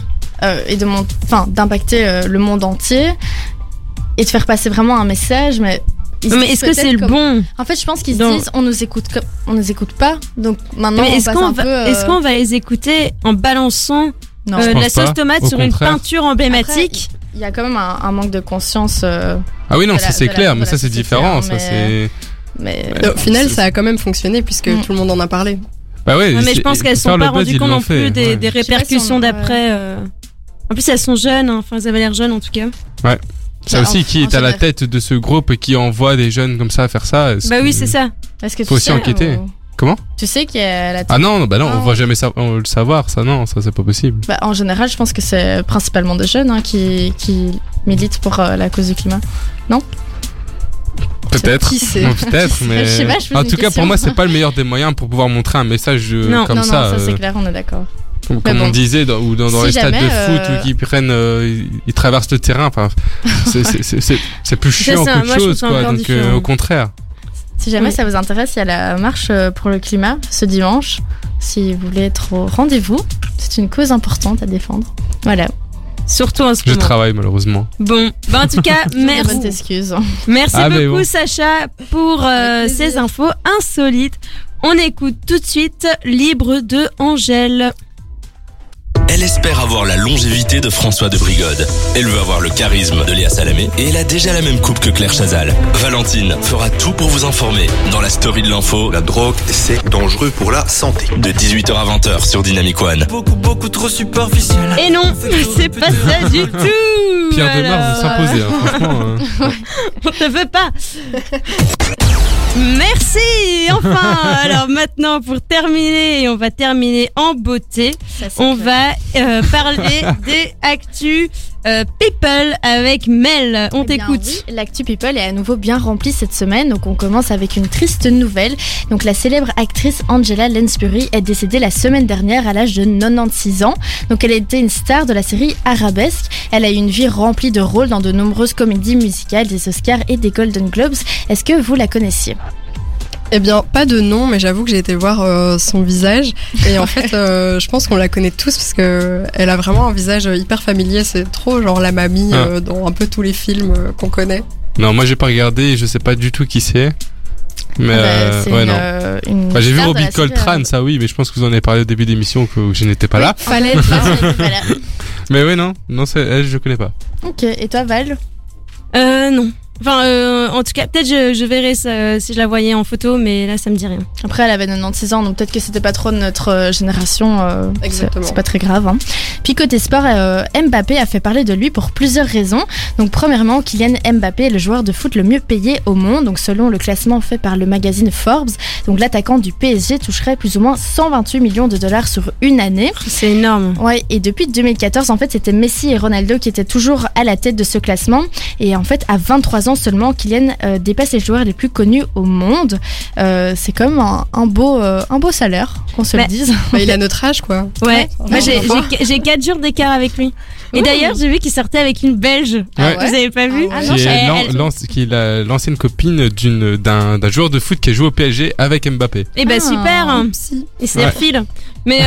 d'impacter le monde entier et de faire passer vraiment un message, mais est-ce que c'est le bon ? En fait, je pense qu'ils se disent on nous écoute pas. Donc maintenant, est-ce qu'on va les écouter en balançant la sauce tomate sur une peinture emblématique ? Il y a quand même un manque de conscience. Ah oui, non, ça c'est clair, mais ça c'est différent. Ça c'est. Mais au final, ça a quand même fonctionné puisque tout le monde en a parlé. Bah oui. Mais je pense qu'elles sont pas rendues compte non plus des répercussions d'après. En plus, elles sont jeunes. Enfin, elles avaient l'air jeunes en tout cas. Ouais. Ça aussi, qui est à la tête de ce groupe qui envoie des jeunes comme ça faire ça. Bah oui, c'est ça. Faut aussi enquêter. Comment ? Tu sais qu'il y a la tête. Ah non, on va jamais le savoir, ça c'est pas possible. Bah, en général, je pense que c'est principalement des jeunes qui militent pour la cause du climat. Non ? Peut-être, mais je sais pas, en tout cas pour moi c'est pas le meilleur des moyens pour pouvoir montrer un message comme ça. Non, ça c'est clair, on est d'accord. Comme on disait dans les stades de foot où ils prennent, ils traversent le terrain. Enfin, c'est plus chiant qu'autre chose, quoi. Donc au contraire. Si jamais Oui. ça vous intéresse, il y a la marche pour le climat ce dimanche. Si vous voulez être au rendez-vous, c'est une cause importante à défendre. Voilà. Surtout en ce Je moment. travaille malheureusement. Bon, en tout cas, Merci. merci. Excuse. Merci Ah, mais beaucoup bon. Sacha pour Avec plaisir. ces infos insolites. On écoute tout de suite Libre de Angèle. Elle espère avoir la longévité de François de Brigode. Elle veut avoir le charisme de Léa Salamé et elle a déjà la même coupe que Claire Chazal. Valentine fera tout pour vous informer dans la story de l'info La drogue, c'est dangereux pour la santé. de 18h à 20h sur Dynamic One. Beaucoup trop superficiel. Et non, c'est pas ça du tout. Pierre Demar Alors, vous s'imposer, franchement. on te veut pas. Merci. Enfin, alors maintenant pour terminer, et on va terminer en beauté. Ça, c'est On clair. va parler des actus people avec Mel. On Eh bien, t'écoute. oui, l'actu People est à nouveau bien remplie cette semaine. Donc on commence avec une triste nouvelle. Donc la célèbre actrice Angela Lansbury est décédée la semaine dernière à l'âge de 96 ans. Donc elle était une star de la série Arabesque. Elle a eu une vie remplie de rôles dans de nombreuses comédies musicales, des Oscars et des Golden Globes. Est-ce que vous la connaissiez ? Eh bien, pas de nom, mais j'avoue que j'ai été voir son visage. Et en fait, je pense qu'on la connaît tous parce que elle a vraiment un visage hyper familier. C'est trop genre la mamie dans un peu tous les films qu'on connaît. Non, moi j'ai pas regardé et je sais pas du tout qui c'est. Mais C'est ouais, une, non. une Bah, j'ai vu star de Robbie la série, Coltrane, ça oui, mais je pense que vous en avez parlé au début d'émission que je n'étais pas là. Fallait Oui, voilà. Mais ouais, non, c'est elle, je connais pas. Ok, et toi Val ? Non. Enfin, en tout cas, peut-être je verrai ça, si je la voyais en photo, mais là, ça me dit rien. Après, elle avait 96 ans, donc peut-être que c'était pas trop de notre génération. Exactement. C'est pas très grave. Hein. Puis côté sport, Mbappé a fait parler de lui pour plusieurs raisons. Donc premièrement, Kylian Mbappé est le joueur de foot le mieux payé au monde. Donc selon le classement fait par le magazine Forbes, donc l'attaquant du PSG toucherait plus ou moins 128 millions de dollars sur une année. C'est énorme. Ouais, et depuis 2014, en fait, c'était Messi et Ronaldo qui étaient toujours à la tête de ce classement. Et en fait, à 23 ans seulement, Kylian dépasse les joueurs les plus connus au monde. C'est quand même un beau salaire, qu'on se le Bah, dise. Bah, il a notre âge, quoi. Ouais. Moi, sympa. j'ai 4 jours d'écart avec lui. Et Ouh. d'ailleurs, j'ai vu qu'il sortait avec une Belge. Ouais. Vous avez pas vu? Ah non, Qui est elle- qui est l'ancienne copine d'un joueur de foot qui a joué au PSG avec Mbappé. Eh ben Ah. super. Hein. Si. Il se Ouais. les refile. Mais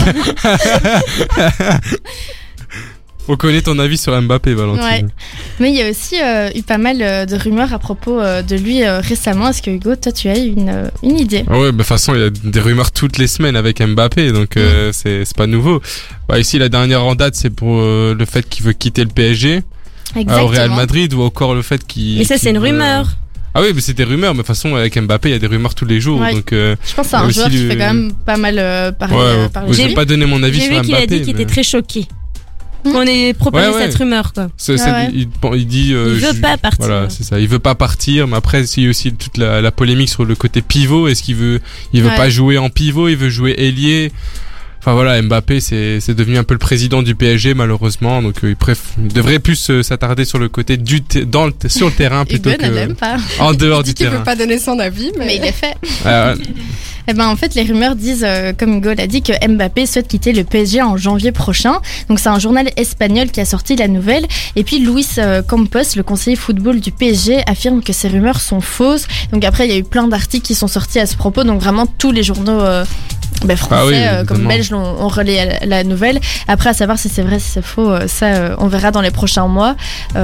On connaît ton avis sur Mbappé, Valentine. Ouais. Mais il y a aussi eu pas mal de rumeurs à propos de lui récemment. Est-ce que Hugo, toi, tu as une idée ? Ah ouais, bah, de toute façon, il y a des rumeurs toutes les semaines avec Mbappé, donc c'est pas nouveau. Bah, ici, la dernière en date, c'est pour le fait qu'il veut quitter le PSG au Real Madrid, ou encore le fait qu'il... mais ça, c'est une rumeur. Ah oui, mais c'est des rumeurs, mais de toute façon, avec Mbappé, il y a des rumeurs tous les jours, Ouais. donc... Je pense que c'est un aussi joueur qui le- fait quand même pas mal parler. je J'ai vais vu- pas donner mon avis J'ai sur vu Mbappé. qu'il a dit qu'il mais- était très choqué. Hmm. Qu'on ait propagé Ouais, ouais. cette rumeur, quoi. Ouais. Il dit... Il veut pas partir. Voilà, c'est ça. Il veut pas partir, mais après, il y a aussi toute la polémique sur le côté pivot. Est-ce qu'il veut... Il veut Ouais. pas jouer en pivot, il veut jouer ailier. Enfin voilà, Mbappé, c'est devenu un peu le président du PSG, malheureusement. Donc il devrait plus s'attarder sur le côté sur le terrain plutôt Hugo ne que l'aime pas. en dehors Il dit du qu'il terrain. veut pas donner son avis, Mais il est fait. Euh, Eh ben en fait les rumeurs disent, comme Hugo l'a dit, que Mbappé souhaite quitter le PSG en janvier prochain. Donc c'est un journal espagnol qui a sorti la nouvelle. Et puis Luis Campos, le conseiller football du PSG, affirme que ces rumeurs sont fausses. Donc après il y a eu plein d'articles qui sont sortis à ce propos. Donc vraiment tous les journaux français Ah oui, comme évidemment. belges ont relayé la nouvelle. Après à savoir si c'est vrai, si c'est faux, ça on verra dans les prochains mois.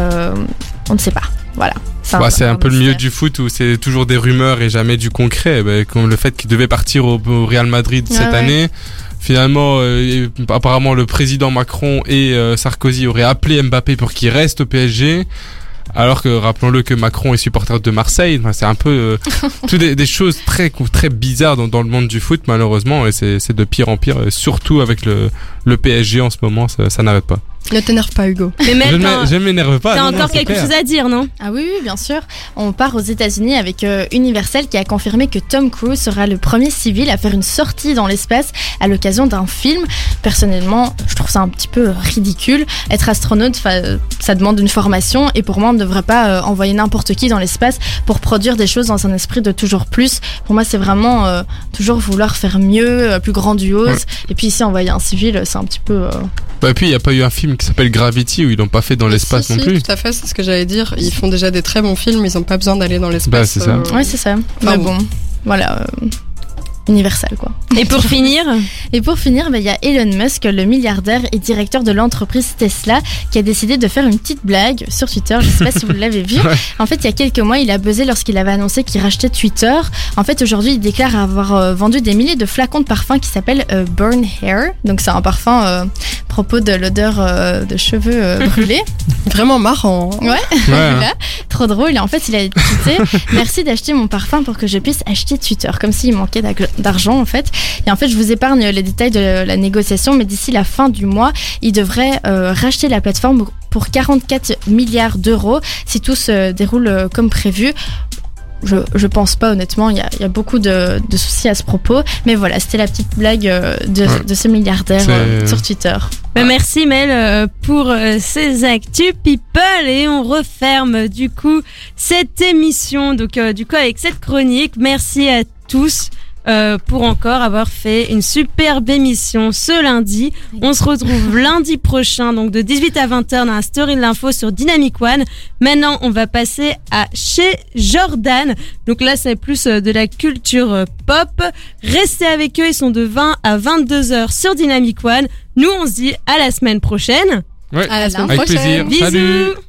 On ne sait pas. Voilà. c'est un peu le milieu mystère. du foot où c'est toujours des rumeurs et jamais du concret. Comme le fait qu'il devait partir au Real Madrid Ah cette ouais. année. Finalement, apparemment, le président Macron et Sarkozy auraient appelé Mbappé pour qu'il reste au PSG. Alors que, rappelons-le, que Macron est supporter de Marseille. Enfin, c'est un peu tout des choses très bizarres dans le monde du foot, malheureusement. Et c'est de pire en pire, surtout avec le PSG en ce moment. Ça n'arrête pas. Ne t'énerve pas, Hugo. Mais Je même ne m'énerve pas. t'as non, non, encore c'est quelque clair. chose à dire, non? Ah oui, bien sûr. On part aux États-Unis avec Universal qui a confirmé que Tom Cruise sera le premier civil à faire une sortie dans l'espace à l'occasion d'un film. Personnellement, je trouve ça un petit peu ridicule. Être astronaute, ça demande une formation et pour moi, on ne devrait pas envoyer n'importe qui dans l'espace pour produire des choses dans un esprit de toujours plus. Pour moi, c'est vraiment toujours vouloir faire mieux, plus grandiose. Ouais. Et puis ici, envoyer un civil, c'est un petit peu... Et puis, il n'y a pas eu un film qui s'appelle Gravity où ils l'ont pas fait dans l'espace Si, non si, plus. tout à fait, c'est ce que j'allais dire. Ils font déjà des très bons films, ils ont pas besoin d'aller dans l'espace. Bah, c'est ça. Ouais, c'est ça. Mais bon, voilà. Universel, quoi. Et pour finir, Et pour finir, il y a Elon Musk, le milliardaire et directeur de l'entreprise Tesla, qui a décidé de faire une petite blague sur Twitter. Je sais pas si vous l'avez vu. Ouais. En fait, il y a quelques mois, il a buzzé lorsqu'il avait annoncé qu'il rachetait Twitter. En fait, aujourd'hui, il déclare avoir vendu des milliers de flacons de parfum qui s'appellent Burn Hair. Donc, c'est un parfum à propos de l'odeur de cheveux brûlés. Vraiment marrant. Ouais, Ouais. voilà. Trop drôle. Et en fait, il a tweeté « Merci d'acheter mon parfum pour que je puisse acheter Twitter ». Comme s'il manquait d'argent, en fait. Et en fait, je vous épargne les détails de la négociation, mais d'ici la fin du mois, il devrait racheter la plateforme pour 44 milliards d'euros si tout se déroule comme prévu. Je pense pas, honnêtement, il y a beaucoup de soucis à ce propos. Mais voilà, c'était la petite blague de ce milliardaire sur Twitter. merci Mel pour ces actus people et on referme du coup cette émission donc du coup avec cette chronique. Merci à tous pour encore avoir fait une superbe émission ce lundi. On se retrouve lundi prochain donc de 18 à 20h dans la story de l'info sur Dynamic One. Maintenant on va passer à chez Jordan. Donc là c'est plus de la culture pop. Restez avec eux, ils sont de 20 à 22h sur Dynamic One. Nous on se dit à la semaine prochaine. Ouais. À la semaine Avec prochaine. plaisir. Bisous. Salut.